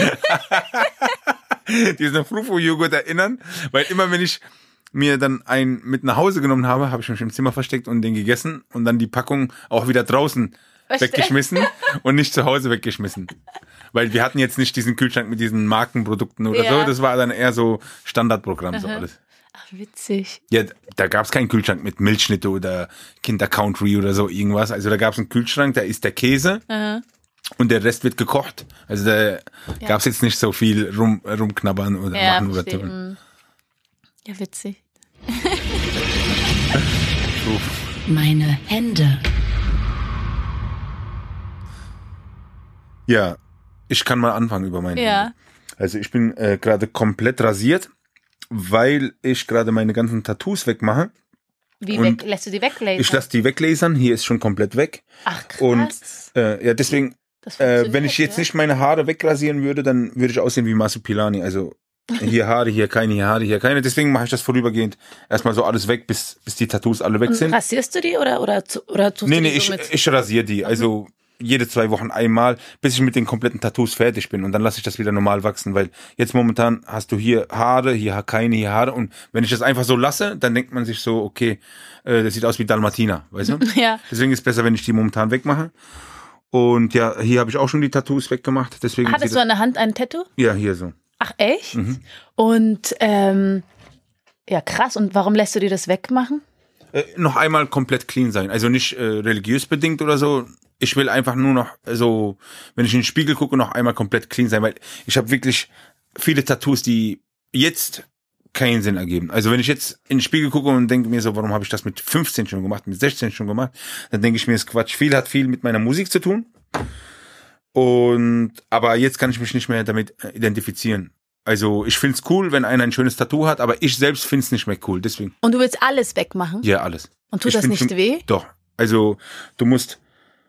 erinnern. Weil immer wenn ich mir dann einen mit nach Hause genommen habe, habe ich mich im Zimmer versteckt und den gegessen und dann die Packung auch wieder draußen weggeschmissen und nicht zu Hause weggeschmissen. Weil wir hatten jetzt nicht diesen Kühlschrank mit diesen Markenprodukten oder so. Das war dann eher so Standardprogramm, so alles. Ach, witzig. Ja, da gab es keinen Kühlschrank mit Milchschnitte oder Kinder Country oder so irgendwas. Also da gab es einen Kühlschrank, da ist der Käse und der Rest wird gekocht. Also da gab es jetzt nicht so viel rumknabbern oder machen oder tun. Ja, witzig. Meine Hände. Ja, ich kann mal anfangen über meine Hände. Also ich bin gerade komplett rasiert, weil ich gerade meine ganzen Tattoos wegmache. Wie weg? Lässt du die weglasern? Ich lasse die weglasern, hier ist schon komplett weg. Ach krass. Und deswegen, wenn ich jetzt nicht meine Haare wegrasieren würde, dann würde ich aussehen wie Masupilani. Also hier Haare, hier keine, hier Haare, hier keine. Deswegen mache ich das vorübergehend erstmal so alles weg, bis die Tattoos alle weg sind. Rasierst du die oder tust nee, du die ich rasiere die. Also jede 2 Wochen einmal, bis ich mit den kompletten Tattoos fertig bin und dann lasse ich das wieder normal wachsen, weil jetzt momentan hast du hier Haare, hier keine, hier Haare und wenn ich das einfach so lasse, dann denkt man sich so, okay, das sieht aus wie Dalmatiner, weißt du? Ja. Deswegen ist es besser, wenn ich die momentan wegmache. Und ja, hier habe ich auch schon die Tattoos weggemacht. Deswegen Hattest du an der Hand ein Tattoo? Ja, hier so. Ach echt? Und ja, krass. Und warum lässt du dir das wegmachen? Noch einmal komplett clean sein. Also nicht religiös bedingt oder so. Ich will einfach nur noch so, wenn ich in den Spiegel gucke, noch einmal komplett clean sein, weil ich habe wirklich viele Tattoos, die jetzt keinen Sinn ergeben. Also wenn ich jetzt in den Spiegel gucke und denke mir so, warum habe ich das mit 15 schon gemacht, mit 16 schon gemacht, dann denke ich mir, ist Quatsch. Hat viel mit meiner Musik zu tun. Aber jetzt kann ich mich nicht mehr damit identifizieren. Also ich find's cool, wenn einer ein schönes Tattoo hat, aber ich selbst find's nicht mehr cool. Deswegen. Und du willst alles wegmachen? Ja, alles. Und tut das nicht weh? Doch. Also du musst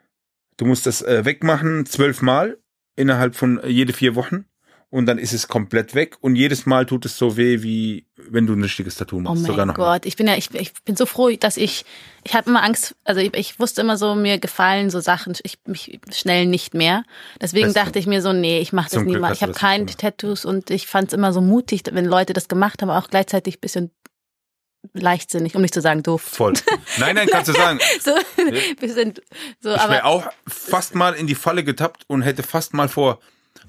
das wegmachen 12 Mal innerhalb von jede 4 Wochen und dann ist es komplett weg und jedes Mal tut es so weh, wie wenn du ein richtiges Tattoo machst. Oh mein Gott, ich bin so froh, dass ich hatte immer Angst, also ich wusste immer so, mir gefallen so Sachen, mich schnell nicht mehr. Deswegen dachte ich mir so, nee, ich mache das niemals. Ich habe keine Tattoos und ich fand es immer so mutig, wenn Leute das gemacht haben, auch gleichzeitig ein bisschen leichtsinnig, um nicht zu sagen doof. Voll. Nein, kannst du sagen. So, bisschen, so, ich wäre auch fast mal in die Falle getappt und hätte fast mal vor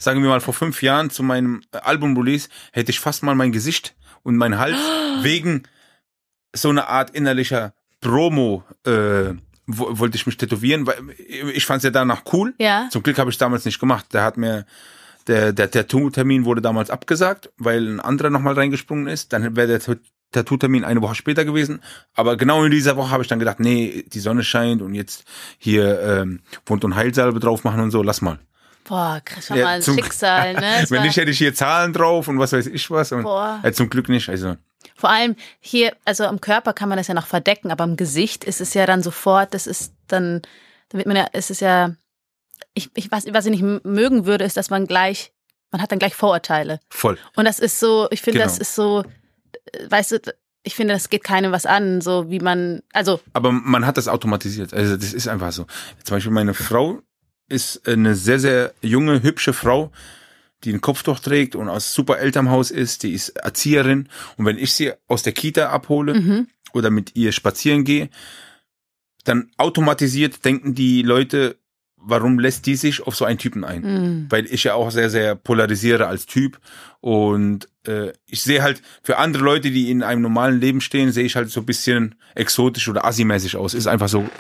5 Jahren zu meinem Album-Release, hätte ich fast mal mein Gesicht und mein Hals wegen so einer Art innerlicher Promo wollte ich mich tätowieren, weil ich fand es ja danach cool. Ja. Zum Glück habe ich es damals nicht gemacht. Der Tattoo-Termin wurde damals abgesagt, weil ein anderer nochmal reingesprungen ist. Dann wäre der Tattoo-Termin eine Woche später gewesen. Aber genau in dieser Woche habe ich dann gedacht, nee, die Sonne scheint und jetzt hier Wund- und Heilsalbe drauf machen und so, lass mal. Boah, krass, schon mal ein Schicksal, ne? Wenn nicht, hätte ich hier Zahlen drauf und was weiß ich was. Und zum Glück nicht. Also. Vor allem hier, also am Körper kann man das ja noch verdecken, aber am Gesicht ist es ja dann sofort, das ist dann wird man ja, es ist ja, was ich nicht mögen würde, ist, dass man hat dann gleich Vorurteile. Voll. Und das ist so, ich finde, das ist so, weißt du, ich finde, das geht keinem was an, so wie man, also. Aber man hat das automatisiert. Also das ist einfach so. Zum Beispiel meine Frau ist eine sehr, sehr junge, hübsche Frau, die ein Kopftuch trägt und aus super Elternhaus ist, die ist Erzieherin. Und wenn ich sie aus der Kita abhole oder mit ihr spazieren gehe, dann automatisiert denken die Leute, warum lässt die sich auf so einen Typen ein? Weil ich ja auch sehr, sehr polarisiere als Typ und ich sehe halt, für andere Leute, die in einem normalen Leben stehen, sehe ich halt so ein bisschen exotisch oder assi-mäßig aus. Ist einfach so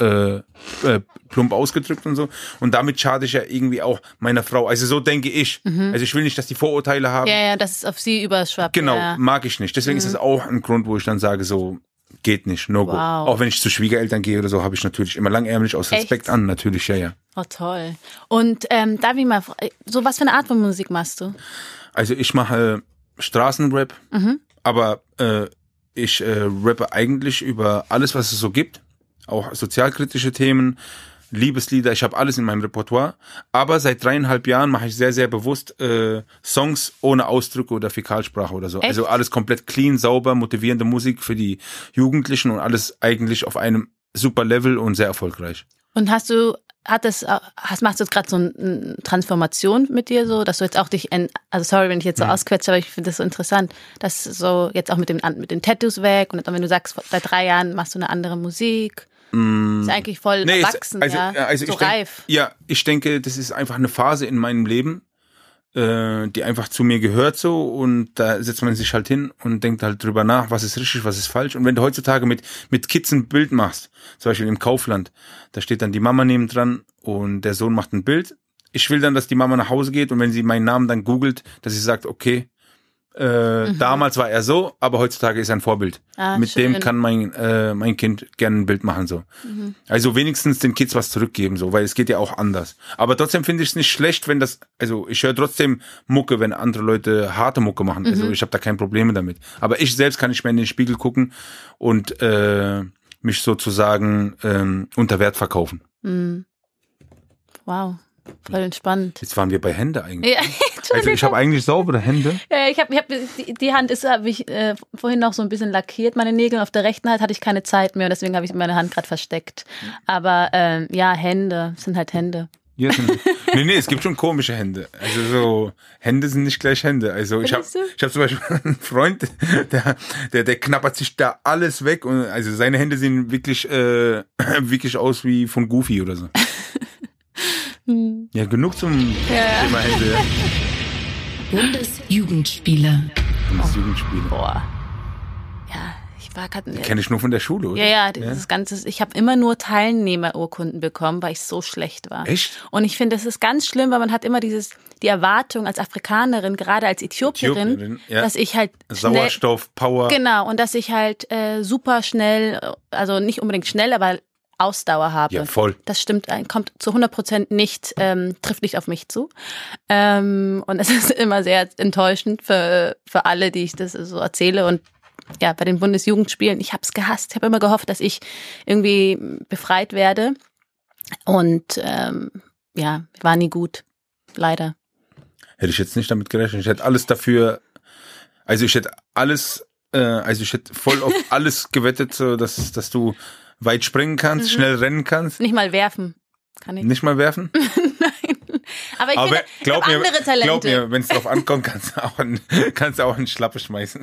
plump ausgedrückt und so. Und damit schade ich ja irgendwie auch meiner Frau. Also so denke ich. Also ich will nicht, dass die Vorurteile haben. Ja, dass es auf sie überschwappt. Genau, mag ich nicht. Deswegen ist es auch ein Grund, wo ich dann sage, so geht nicht, no go. Wow. Auch wenn ich zu Schwiegereltern gehe oder so, habe ich natürlich immer langärmlich aus Respekt an, natürlich, ja. Oh, toll. Und darf ich mal, so was für eine Art von Musik machst du? Also ich mache Straßenrap, aber ich rappe eigentlich über alles, was es so gibt, auch sozialkritische Themen, Liebeslieder, ich habe alles in meinem Repertoire, aber seit 3,5 Jahren mache ich sehr, sehr bewusst Songs ohne Ausdrücke oder Fäkalsprache oder so. Echt? Also alles komplett clean, sauber, motivierende Musik für die Jugendlichen und alles eigentlich auf einem super Level und sehr erfolgreich. Und machst du jetzt gerade so eine Transformation mit dir so, dass du jetzt auch also sorry, wenn ich jetzt so ausquetsche, aber ich finde das so interessant, dass so jetzt auch mit den Tattoos weg und wenn du sagst, seit 3 Jahren machst du eine andere Musik. Ist eigentlich voll erwachsen, also so reif. Ich denke, das ist einfach eine Phase in meinem Leben, die einfach zu mir gehört so und da setzt man sich halt hin und denkt halt drüber nach, was ist richtig, was ist falsch. Und wenn du heutzutage mit Kids ein Bild machst, zum Beispiel im Kaufland, da steht dann die Mama nebendran und der Sohn macht ein Bild. Ich will dann, dass die Mama nach Hause geht und wenn sie meinen Namen dann googelt, dass sie sagt, okay, damals war er so, aber heutzutage ist er ein Vorbild. Mit schön. Dem kann mein Kind gerne ein Bild machen so. Also wenigstens den Kids was zurückgeben so, weil es geht ja auch anders. Aber trotzdem finde ich es nicht schlecht, ich höre trotzdem Mucke, wenn andere Leute harte Mucke machen. Also ich habe da keine Probleme damit. Aber ich selbst kann nicht mehr in den Spiegel gucken und mich sozusagen unter Wert verkaufen. Wow. Voll entspannt. Jetzt waren wir bei Hände eigentlich. Ja, also ich habe eigentlich saubere Hände. Ja, ich habe die Hand habe ich vorhin noch so ein bisschen lackiert, meine Nägel. Auf der rechten Hand hatte ich keine Zeit mehr, deswegen habe ich meine Hand gerade versteckt. Aber Hände sind halt Hände. Ja, nee, es gibt schon komische Hände. Also so, Hände sind nicht gleich Hände. Also ich hab zum Beispiel einen Freund, der knabbert sich da alles weg und also seine Hände sehen wirklich aus wie von Goofy oder so. Ja, genug zum Thema Hände. Ja. Bundesjugendspiele. Bundesjugendspiele. Boah. Ja, ich war gerade. Kenne ich nur von der Schule, oder? Ja, das Ganze. Ich habe immer nur Teilnehmerurkunden bekommen, weil ich so schlecht war. Echt? Und ich finde, das ist ganz schlimm, weil man hat immer die Erwartung als Afrikanerin, gerade als Äthiopierin, dass ich halt Sauerstoff, Power. Genau, und dass ich halt super schnell, also nicht unbedingt schnell, aber Ausdauer habe. Ja, voll. Das stimmt, kommt zu 100% nicht, trifft nicht auf mich zu. Und es ist immer sehr enttäuschend für alle, die ich das so erzähle. Und ja, bei den Bundesjugendspielen, ich habe es gehasst. Ich habe immer gehofft, dass ich irgendwie befreit werde. Und war nie gut, leider. Hätte ich jetzt nicht damit gerechnet. Ich hätte alles dafür, ich hätte voll auf alles gewettet, so dass du weit springen kannst, schnell rennen kannst. Nicht mal werfen kann ich. Nicht mal werfen? Nein. Aber ich habe andere Talente. Glaub mir, wenn es drauf ankommt, kannst du auch einen Schlappe schmeißen.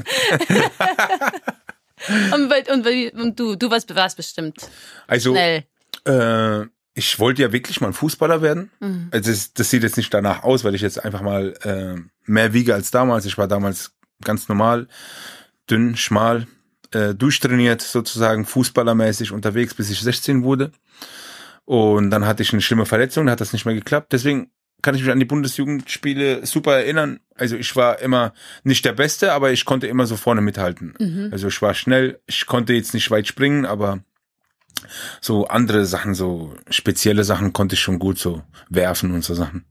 und du warst bestimmt schnell. Ich wollte ja wirklich mal Fußballer werden. Mhm. Also das sieht jetzt nicht danach aus, weil ich jetzt einfach mal mehr wiege als damals. Ich war damals ganz normal, dünn, schmal, durchtrainiert sozusagen, fußballermäßig unterwegs, bis ich 16 wurde. Und dann hatte ich eine schlimme Verletzung, da hat das nicht mehr geklappt. Deswegen kann ich mich an die Bundesjugendspiele super erinnern. Also ich war immer nicht der Beste, aber ich konnte immer so vorne mithalten. Mhm. Also ich war schnell, ich konnte jetzt nicht weit springen, aber so andere Sachen, so spezielle Sachen konnte ich schon gut so werfen und so Sachen.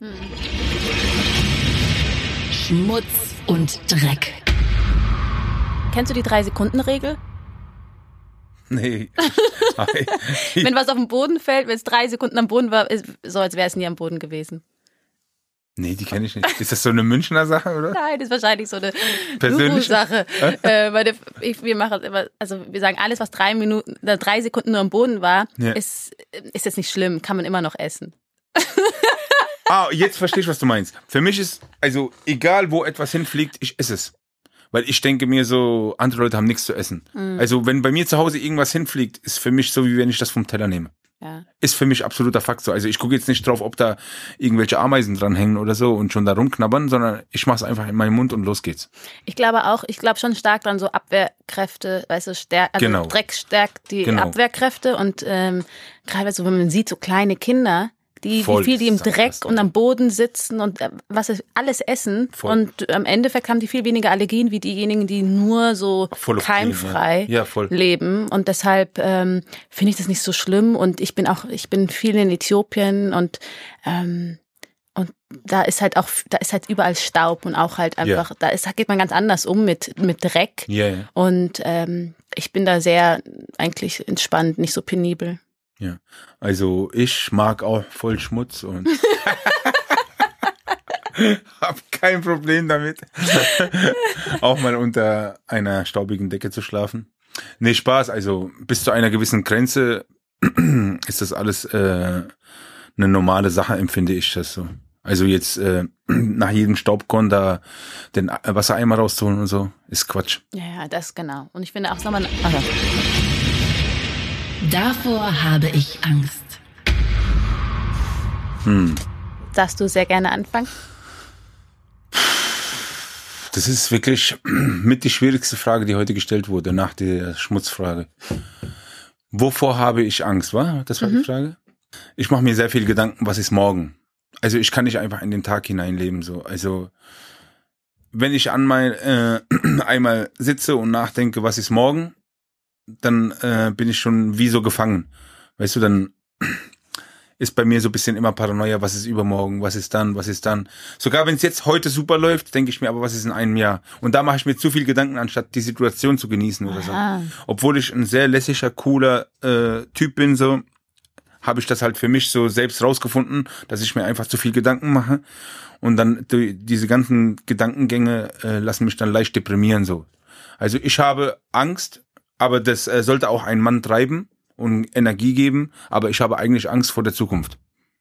Schmutz und Dreck. Kennst du die 3-Sekunden-Regel? Nee. Wenn was auf den Boden fällt, wenn es 3 Sekunden am Boden war, ist so, als wäre es nie am Boden gewesen. Nee, die kenne ich nicht. Ist das so eine Münchner Sache, oder? Nein, das ist wahrscheinlich so eine Sache. Wir machen immer, also wir sagen, alles, was 3 Sekunden nur am Boden war, ist jetzt nicht schlimm, kann man immer noch essen. Jetzt verstehe ich, was du meinst. Für mich ist, also egal wo etwas hinfliegt, ich esse es. Weil ich denke mir so, andere Leute haben nichts zu essen. Mhm. Also wenn bei mir zu Hause irgendwas hinfliegt, ist für mich so, wie wenn ich das vom Teller nehme. Ja. Ist für mich absoluter Fakt so. Also ich gucke jetzt nicht drauf, ob da irgendwelche Ameisen dranhängen oder so und schon da rumknabbern, sondern ich mache es einfach in meinen Mund und los geht's. Ich glaube schon stark dran, so Abwehrkräfte, weißt du, genau. Dreck stärkt die Abwehrkräfte und gerade so, wenn man sieht, so kleine Kinder, wie viel die im Dreck und am Boden sitzen und was alles essen. Voll. Und am Endeffekt haben die viel weniger Allergien wie diejenigen, die nur so keimfrei leben. Und deshalb finde ich das nicht so schlimm. Und ich bin viel in Äthiopien und da ist halt überall Staub und auch halt einfach, geht man ganz anders um mit Dreck. Yeah. Und ich bin da sehr eigentlich entspannt, nicht so penibel. Ja, also ich mag auch voll Schmutz und hab kein Problem damit, auch mal unter einer staubigen Decke zu schlafen. Nee, Spaß, also bis zu einer gewissen Grenze ist das alles eine normale Sache, empfinde ich das so. Also jetzt nach jedem Staubkorn da den Wassereimer rauszuholen und so, ist Quatsch. Ja, das genau. Und ich finde auch nochmal... Davor habe ich Angst. Darfst du sehr gerne anfangen? Das ist wirklich mit die schwierigste Frage, die heute gestellt wurde, nach der Schmutzfrage. Wovor habe ich Angst, wa? Das war die Frage. Ich mache mir sehr viel Gedanken, was ist morgen? Also ich kann nicht einfach in den Tag hineinleben, so. Also wenn ich einmal sitze und nachdenke, was ist morgen, dann bin ich schon wie so gefangen. Weißt du, dann ist bei mir so ein bisschen immer Paranoia, was ist übermorgen, was ist dann. Sogar wenn es jetzt heute super läuft, denke ich mir, aber was ist in einem Jahr? Und da mache ich mir zu viel Gedanken, anstatt die Situation zu genießen oder so. Obwohl ich ein sehr lässiger, cooler Typ bin, so habe ich das halt für mich so selbst rausgefunden, dass ich mir einfach zu viel Gedanken mache. Und dann diese ganzen Gedankengänge lassen mich dann leicht deprimieren, so. Also ich habe Angst, aber das sollte auch einen Mann treiben und Energie geben, aber ich habe eigentlich Angst vor der Zukunft.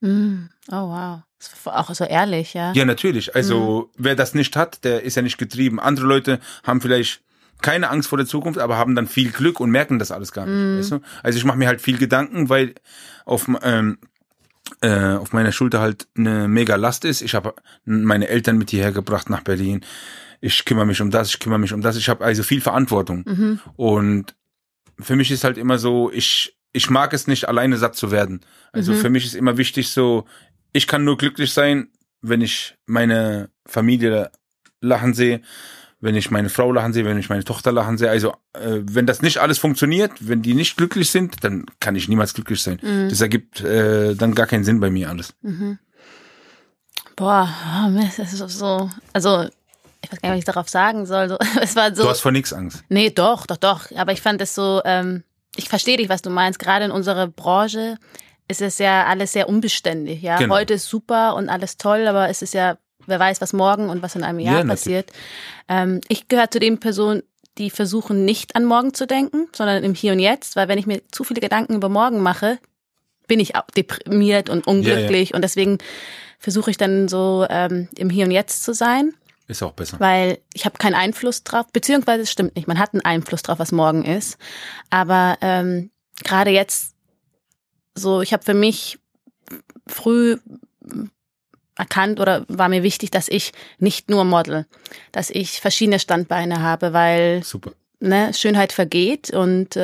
Oh, wow. Das ist auch so ehrlich, ja? Ja, natürlich. Also wer das nicht hat, der ist ja nicht getrieben. Andere Leute haben vielleicht keine Angst vor der Zukunft, aber haben dann viel Glück und merken das alles gar nicht. Weißt du? Also ich mache mir halt viel Gedanken, weil auf meiner Schulter halt eine mega Last ist. Ich habe meine Eltern mit hierher gebracht nach Berlin. Ich kümmere mich um das, ich kümmere mich um das. Ich habe also viel Verantwortung. Und für mich ist halt immer so, ich mag es nicht, alleine satt zu werden. Also für mich ist immer wichtig so, ich kann nur glücklich sein, wenn ich meine Familie lachen sehe, wenn ich meine Frau lachen sehe, wenn ich meine Tochter lachen sehe. Also wenn das nicht alles funktioniert, wenn die nicht glücklich sind, dann kann ich niemals glücklich sein. Das ergibt dann gar keinen Sinn bei mir alles. Boah, das ist so, also ich weiß gar nicht, was ich darauf sagen soll. So, es war so, Du hast vor nichts Angst. Nee, doch. Aber ich fand es so, ich verstehe dich, was du meinst. Gerade in unserer Branche ist es ja alles sehr unbeständig. Ja, Genau. Heute ist super und alles toll, aber es ist ja, wer weiß, was morgen und was in einem Jahr passiert. Ich gehöre zu den Personen, die versuchen, nicht an morgen zu denken, sondern im Hier und Jetzt, weil wenn ich mir zu viele Gedanken über morgen mache, bin ich auch deprimiert und unglücklich und deswegen versuche ich dann so im Hier und Jetzt zu sein. Ist auch besser. Weil ich habe keinen Einfluss drauf, beziehungsweise es stimmt nicht, man hat einen Einfluss drauf, was morgen ist. Aber gerade jetzt so, ich habe für mich früh erkannt oder war mir wichtig, dass ich nicht nur model, dass ich verschiedene Standbeine habe, weil Super. Schönheit vergeht und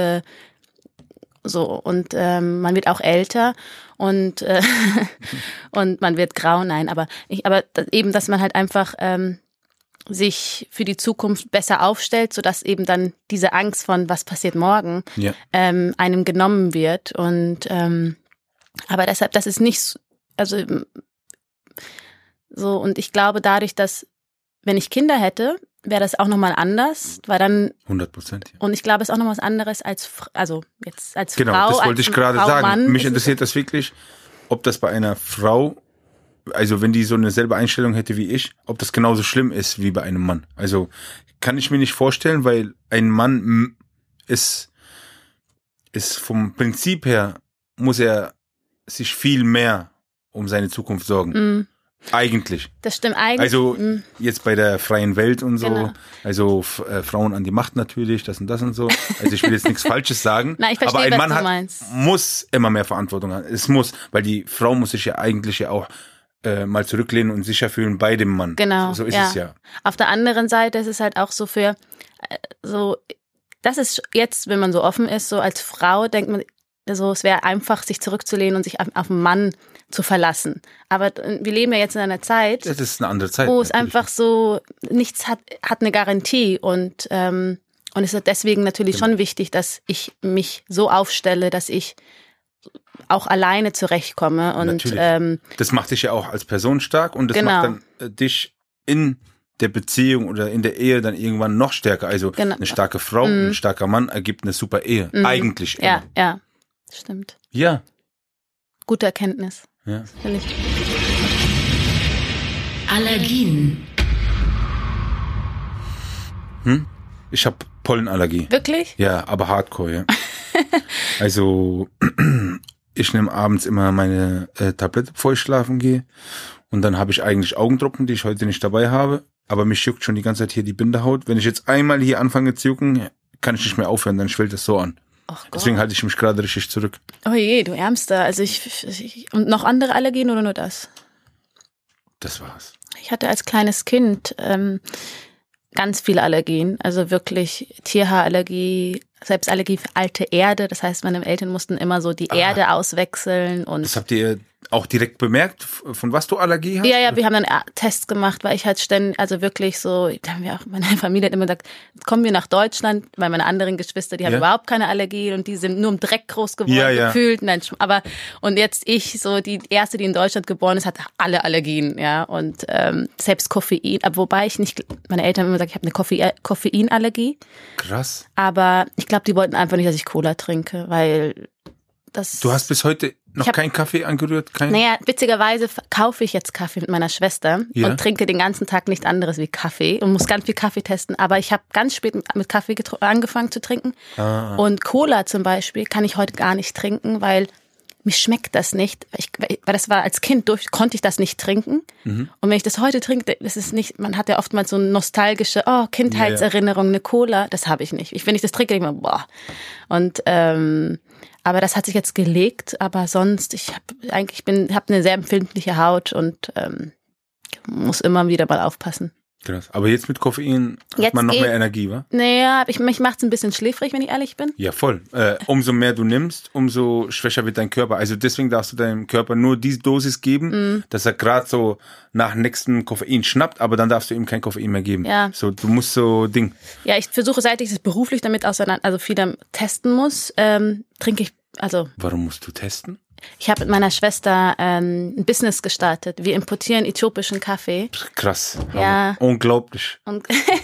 man wird auch älter und und man wird grau, nein, aber eben, dass man halt einfach sich für die Zukunft besser aufstellt, sodass eben dann diese Angst von was passiert morgen einem genommen wird und aber deshalb, das ist nicht also so und ich glaube dadurch, dass wenn ich Kinder hätte, wäre das auch nochmal anders, weil dann 100%. Ja. und ich glaube, es ist auch noch was anderes als jetzt als Genau, Frau. das wollte ich gerade Frau, sagen. Mann, Mich interessiert das wirklich, ob das bei einer Frau, also wenn die so eine selbe Einstellung hätte wie ich, ob das genauso schlimm ist wie bei einem Mann. Also kann ich mir nicht vorstellen, weil ein Mann ist vom Prinzip her, muss er sich viel mehr um seine Zukunft sorgen. Eigentlich. Das stimmt eigentlich. Also jetzt bei der freien Welt und so, Genau. Also Frauen an die Macht natürlich, das und das und so. Also ich will jetzt nichts Falsches sagen, Na, ich verstehe, aber ein was Mann du meinst. muss immer mehr Verantwortung haben. Es muss, weil die Frau muss sich ja eigentlich auch mal zurücklehnen und sicher fühlen bei dem Mann. Genau. So ist es ja. Auf der anderen Seite ist es halt auch so für das ist jetzt, wenn man so offen ist, so als Frau denkt man so, es wäre einfach, sich zurückzulehnen und sich auf einen Mann zu verlassen. Aber wir leben ja jetzt in einer Zeit, Das ist eine andere Zeit. wo es natürlich. einfach so, nichts hat eine Garantie und es ist deswegen natürlich schon wichtig, dass ich mich so aufstelle, dass ich auch alleine zurechtkomme und Natürlich. Das macht dich ja auch als Person stark und das Genau. macht dann dich in der Beziehung oder in der Ehe dann irgendwann noch stärker. Also Genau. eine starke Frau und ein starker Mann ergibt eine super Ehe. Eigentlich immer. ja, stimmt. Ja. Gute Erkenntnis. Ja. Finde ich. Allergien. Ich habe Pollenallergie. Wirklich? Ja, aber hardcore, ja. Also ich nehme abends immer meine Tablette, bevor ich schlafen gehe. Und dann habe ich eigentlich Augentropfen, die ich heute nicht dabei habe. Aber mich juckt schon die ganze Zeit hier die Bindehaut. Wenn ich jetzt einmal hier anfange zu jucken, kann ich nicht mehr aufhören, dann schwillt es so an. Ach Gott. Deswegen halte ich mich gerade richtig zurück. Oh je, du Ärmster. Also und noch andere Allergien oder nur das? Das war's. Ich hatte als kleines Kind ganz viele Allergien. Also wirklich Tierhaarallergie, selbst Allergie für alte Erde. Das heißt, meine Eltern mussten immer so die Erde auswechseln. Und Das habt ihr auch direkt bemerkt, von was du Allergie hast? ja, wir haben dann Tests gemacht, weil ich halt ständig, also wirklich so, da haben wir auch, meine Familie hat immer gesagt, jetzt kommen wir nach Deutschland, weil meine anderen Geschwister, die haben überhaupt keine Allergie und die sind nur im Dreck groß geworden, gefühlt. Nein, aber, und jetzt ich, so die erste, die in Deutschland geboren ist, hat alle Allergien, ja, und selbst Koffein, wobei ich nicht, meine Eltern haben immer gesagt, ich habe eine Koffeinallergie. Krass. Aber ich glaube, die wollten einfach nicht, dass ich Cola trinke, weil das... Du hast bis heute noch keinen Kaffee angerührt? Naja, witzigerweise kaufe ich jetzt Kaffee mit meiner Schwester und trinke den ganzen Tag nichts anderes wie Kaffee und muss ganz viel Kaffee testen. Aber ich habe ganz spät mit Kaffee angefangen zu trinken. Und Cola zum Beispiel kann ich heute gar nicht trinken, weil mir schmeckt das nicht, weil das war als Kind konnte ich das nicht trinken. Und wenn ich das heute trinke, das ist nicht, man hat ja oftmals so eine nostalgische, Kindheitserinnerung, eine Cola, das habe ich nicht. Wenn ich das trinke, denke ich mir, boah. Und aber das hat sich jetzt gelegt, aber sonst, ich habe eine sehr empfindliche Haut und muss immer wieder mal aufpassen. Krass. Aber jetzt mit Koffein hat man noch mehr Energie, wa? Naja, mich macht's ein bisschen schläfrig, wenn ich ehrlich bin. Ja, voll. Umso mehr du nimmst, umso schwächer wird dein Körper. Also deswegen darfst du deinem Körper nur diese Dosis geben, dass er gerade so nach nächstem Koffein schnappt, aber dann darfst du ihm kein Koffein mehr geben. Ja. So, du musst so Ding. Ja, ich versuche, seit ich es beruflich damit viel testen muss, trinke ich, Warum musst du testen? Ich habe mit meiner Schwester ein Business gestartet. Wir importieren äthiopischen Kaffee. Krass. Ja. Unglaublich. Und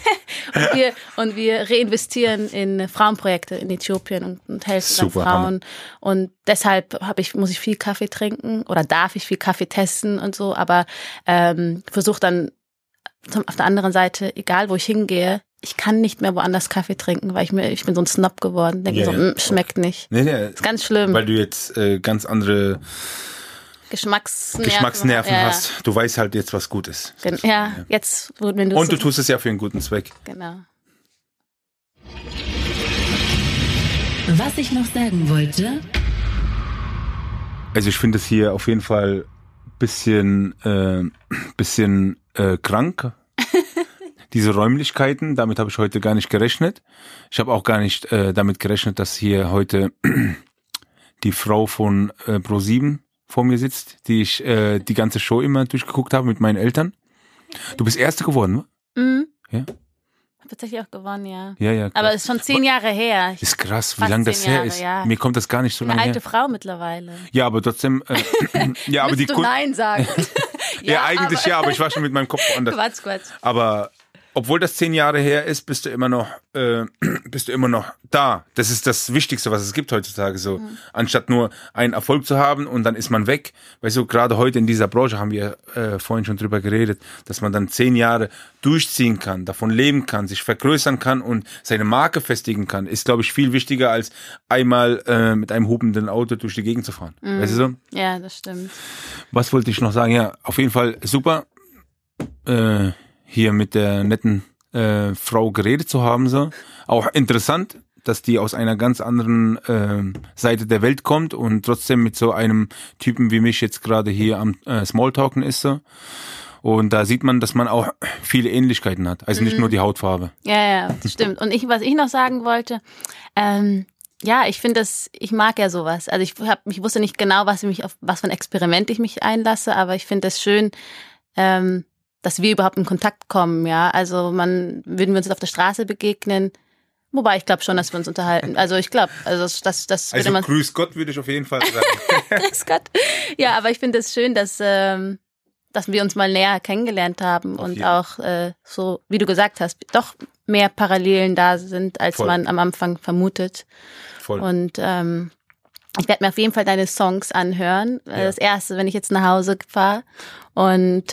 wir reinvestieren in Frauenprojekte in Äthiopien und helfen dann Frauen. Hammer. Und deshalb muss ich viel Kaffee trinken oder darf ich viel Kaffee testen und so. Aber versuche dann auf der anderen Seite, egal wo ich hingehe, ich kann nicht mehr woanders Kaffee trinken, weil ich bin so ein Snob geworden. Denke schmeckt nicht. Nee, ist ganz schlimm. Weil du jetzt ganz andere Geschmacksnerven hast. Du weißt halt jetzt, was gut ist. Jetzt, wenn du und du tust es ja für einen guten Zweck. Genau. Was ich noch sagen wollte. Also ich finde es hier auf jeden Fall bisschen krank. Diese Räumlichkeiten, damit habe ich heute gar nicht gerechnet. Ich habe auch gar nicht damit gerechnet, dass hier heute die Frau von Pro7 vor mir sitzt, die ich die ganze Show immer durchgeguckt habe mit meinen Eltern. Du bist Erste geworden, ne? Mhm. Ja. Hab tatsächlich auch gewonnen, ja. Ja. Aber es ist schon 10 Jahre her. Ist krass, wie lange das her ist. Ja. Mir kommt das gar nicht so lange her. Eine alte Frau mittlerweile. Ja, aber trotzdem. Ja, aber du Nein sagen? Ja, eigentlich aber ich war schon mit meinem Kopf woanders. Quatsch. Aber obwohl das 10 Jahre her ist, bist du immer noch da. Das ist das Wichtigste, was es gibt heutzutage so. Anstatt nur einen Erfolg zu haben und dann ist man weg. Weißt du, gerade heute in dieser Branche haben wir vorhin schon drüber geredet, dass man dann 10 Jahre durchziehen kann, davon leben kann, sich vergrößern kann und seine Marke festigen kann, ist, glaube ich, viel wichtiger, als einmal mit einem hupenden Auto durch die Gegend zu fahren. Weißt du so? Ja, das stimmt. Was wollte ich noch sagen? Ja, auf jeden Fall super. Hier mit der netten Frau geredet zu haben. So. Auch interessant, dass die aus einer ganz anderen Seite der Welt kommt und trotzdem mit so einem Typen wie mich jetzt gerade hier am Smalltalken ist. So. Und da sieht man, dass man auch viele Ähnlichkeiten hat. Also nicht nur die Hautfarbe. Ja, das stimmt. Und was ich noch sagen wollte, ich finde ich mag ja sowas. Also ich wusste nicht genau, was für ein Experiment ich mich einlasse, aber ich finde es schön, dass wir überhaupt in Kontakt kommen, ja. Also würden wir uns auf der Straße begegnen, wobei ich glaube schon, dass wir uns unterhalten. Also ich glaube, das würde man. Grüß Gott würde ich auf jeden Fall sagen. Grüß Gott. Ja, aber ich finde es schön, dass wir uns mal näher kennengelernt haben und auch so, wie du gesagt hast, doch mehr Parallelen da sind, als man am Anfang vermutet. Voll. Und ich werde mir auf jeden Fall deine Songs anhören. Das erste, wenn ich jetzt nach Hause fahre. Und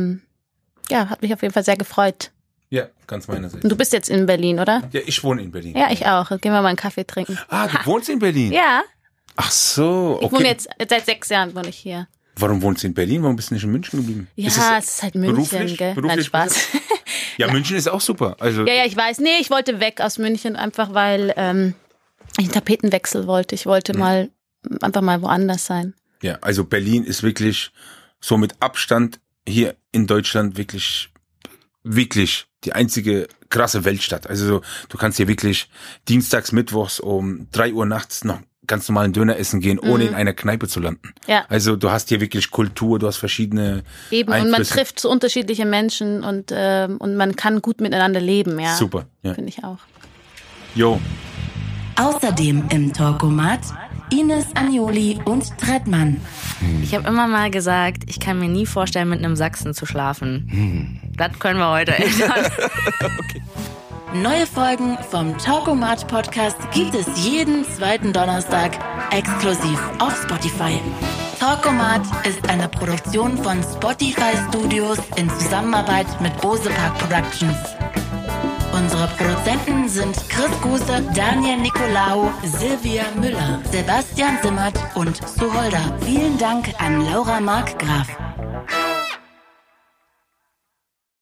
hat mich auf jeden Fall sehr gefreut. Ja, ganz meinerseits. Und du bist jetzt in Berlin, oder? Ja, ich wohne in Berlin. Ja, ich auch. Gehen wir mal einen Kaffee trinken. Ah, du wohnst in Berlin? Ja. Ach so, okay. Ich wohne jetzt, seit 6 Jahren wohne ich hier. Warum wohnst du in Berlin? Warum bist du nicht in München geblieben? Ja, es ist halt München, gell? Nein, Spaß. Ja, München ist auch super. Also ja, ich weiß. Nee, ich wollte weg aus München, einfach weil ich einen Tapetenwechsel wollte. Ich wollte einfach mal woanders sein. Ja, also Berlin ist wirklich so mit Abstand hier in Deutschland wirklich die einzige krasse Weltstadt. Also du kannst hier wirklich dienstags, mittwochs um 3 Uhr nachts noch ganz normalen Döner essen gehen, ohne in einer Kneipe zu landen. Ja. Also du hast hier wirklich Kultur, du hast verschiedene Einflüsse. Und man trifft so unterschiedliche Menschen und man kann gut miteinander leben, ja. Super, ja. Finde ich auch. Jo. Außerdem im Talkomat Ines Agnoli und Trettmann. Ich habe immer mal gesagt, ich kann mir nie vorstellen, mit einem Sachsen zu schlafen. Das können wir heute ändern. Okay. Neue Folgen vom Talkomat Podcast gibt es jeden 2. Donnerstag exklusiv auf Spotify. Talkomat ist eine Produktion von Spotify Studios in Zusammenarbeit mit Bose Park Productions. Unsere Produzenten sind Chris Guse, Daniel Nicolaou, Silvia Müller, Sebastian Simmert und Suholder. Vielen Dank an Laura Markgraf.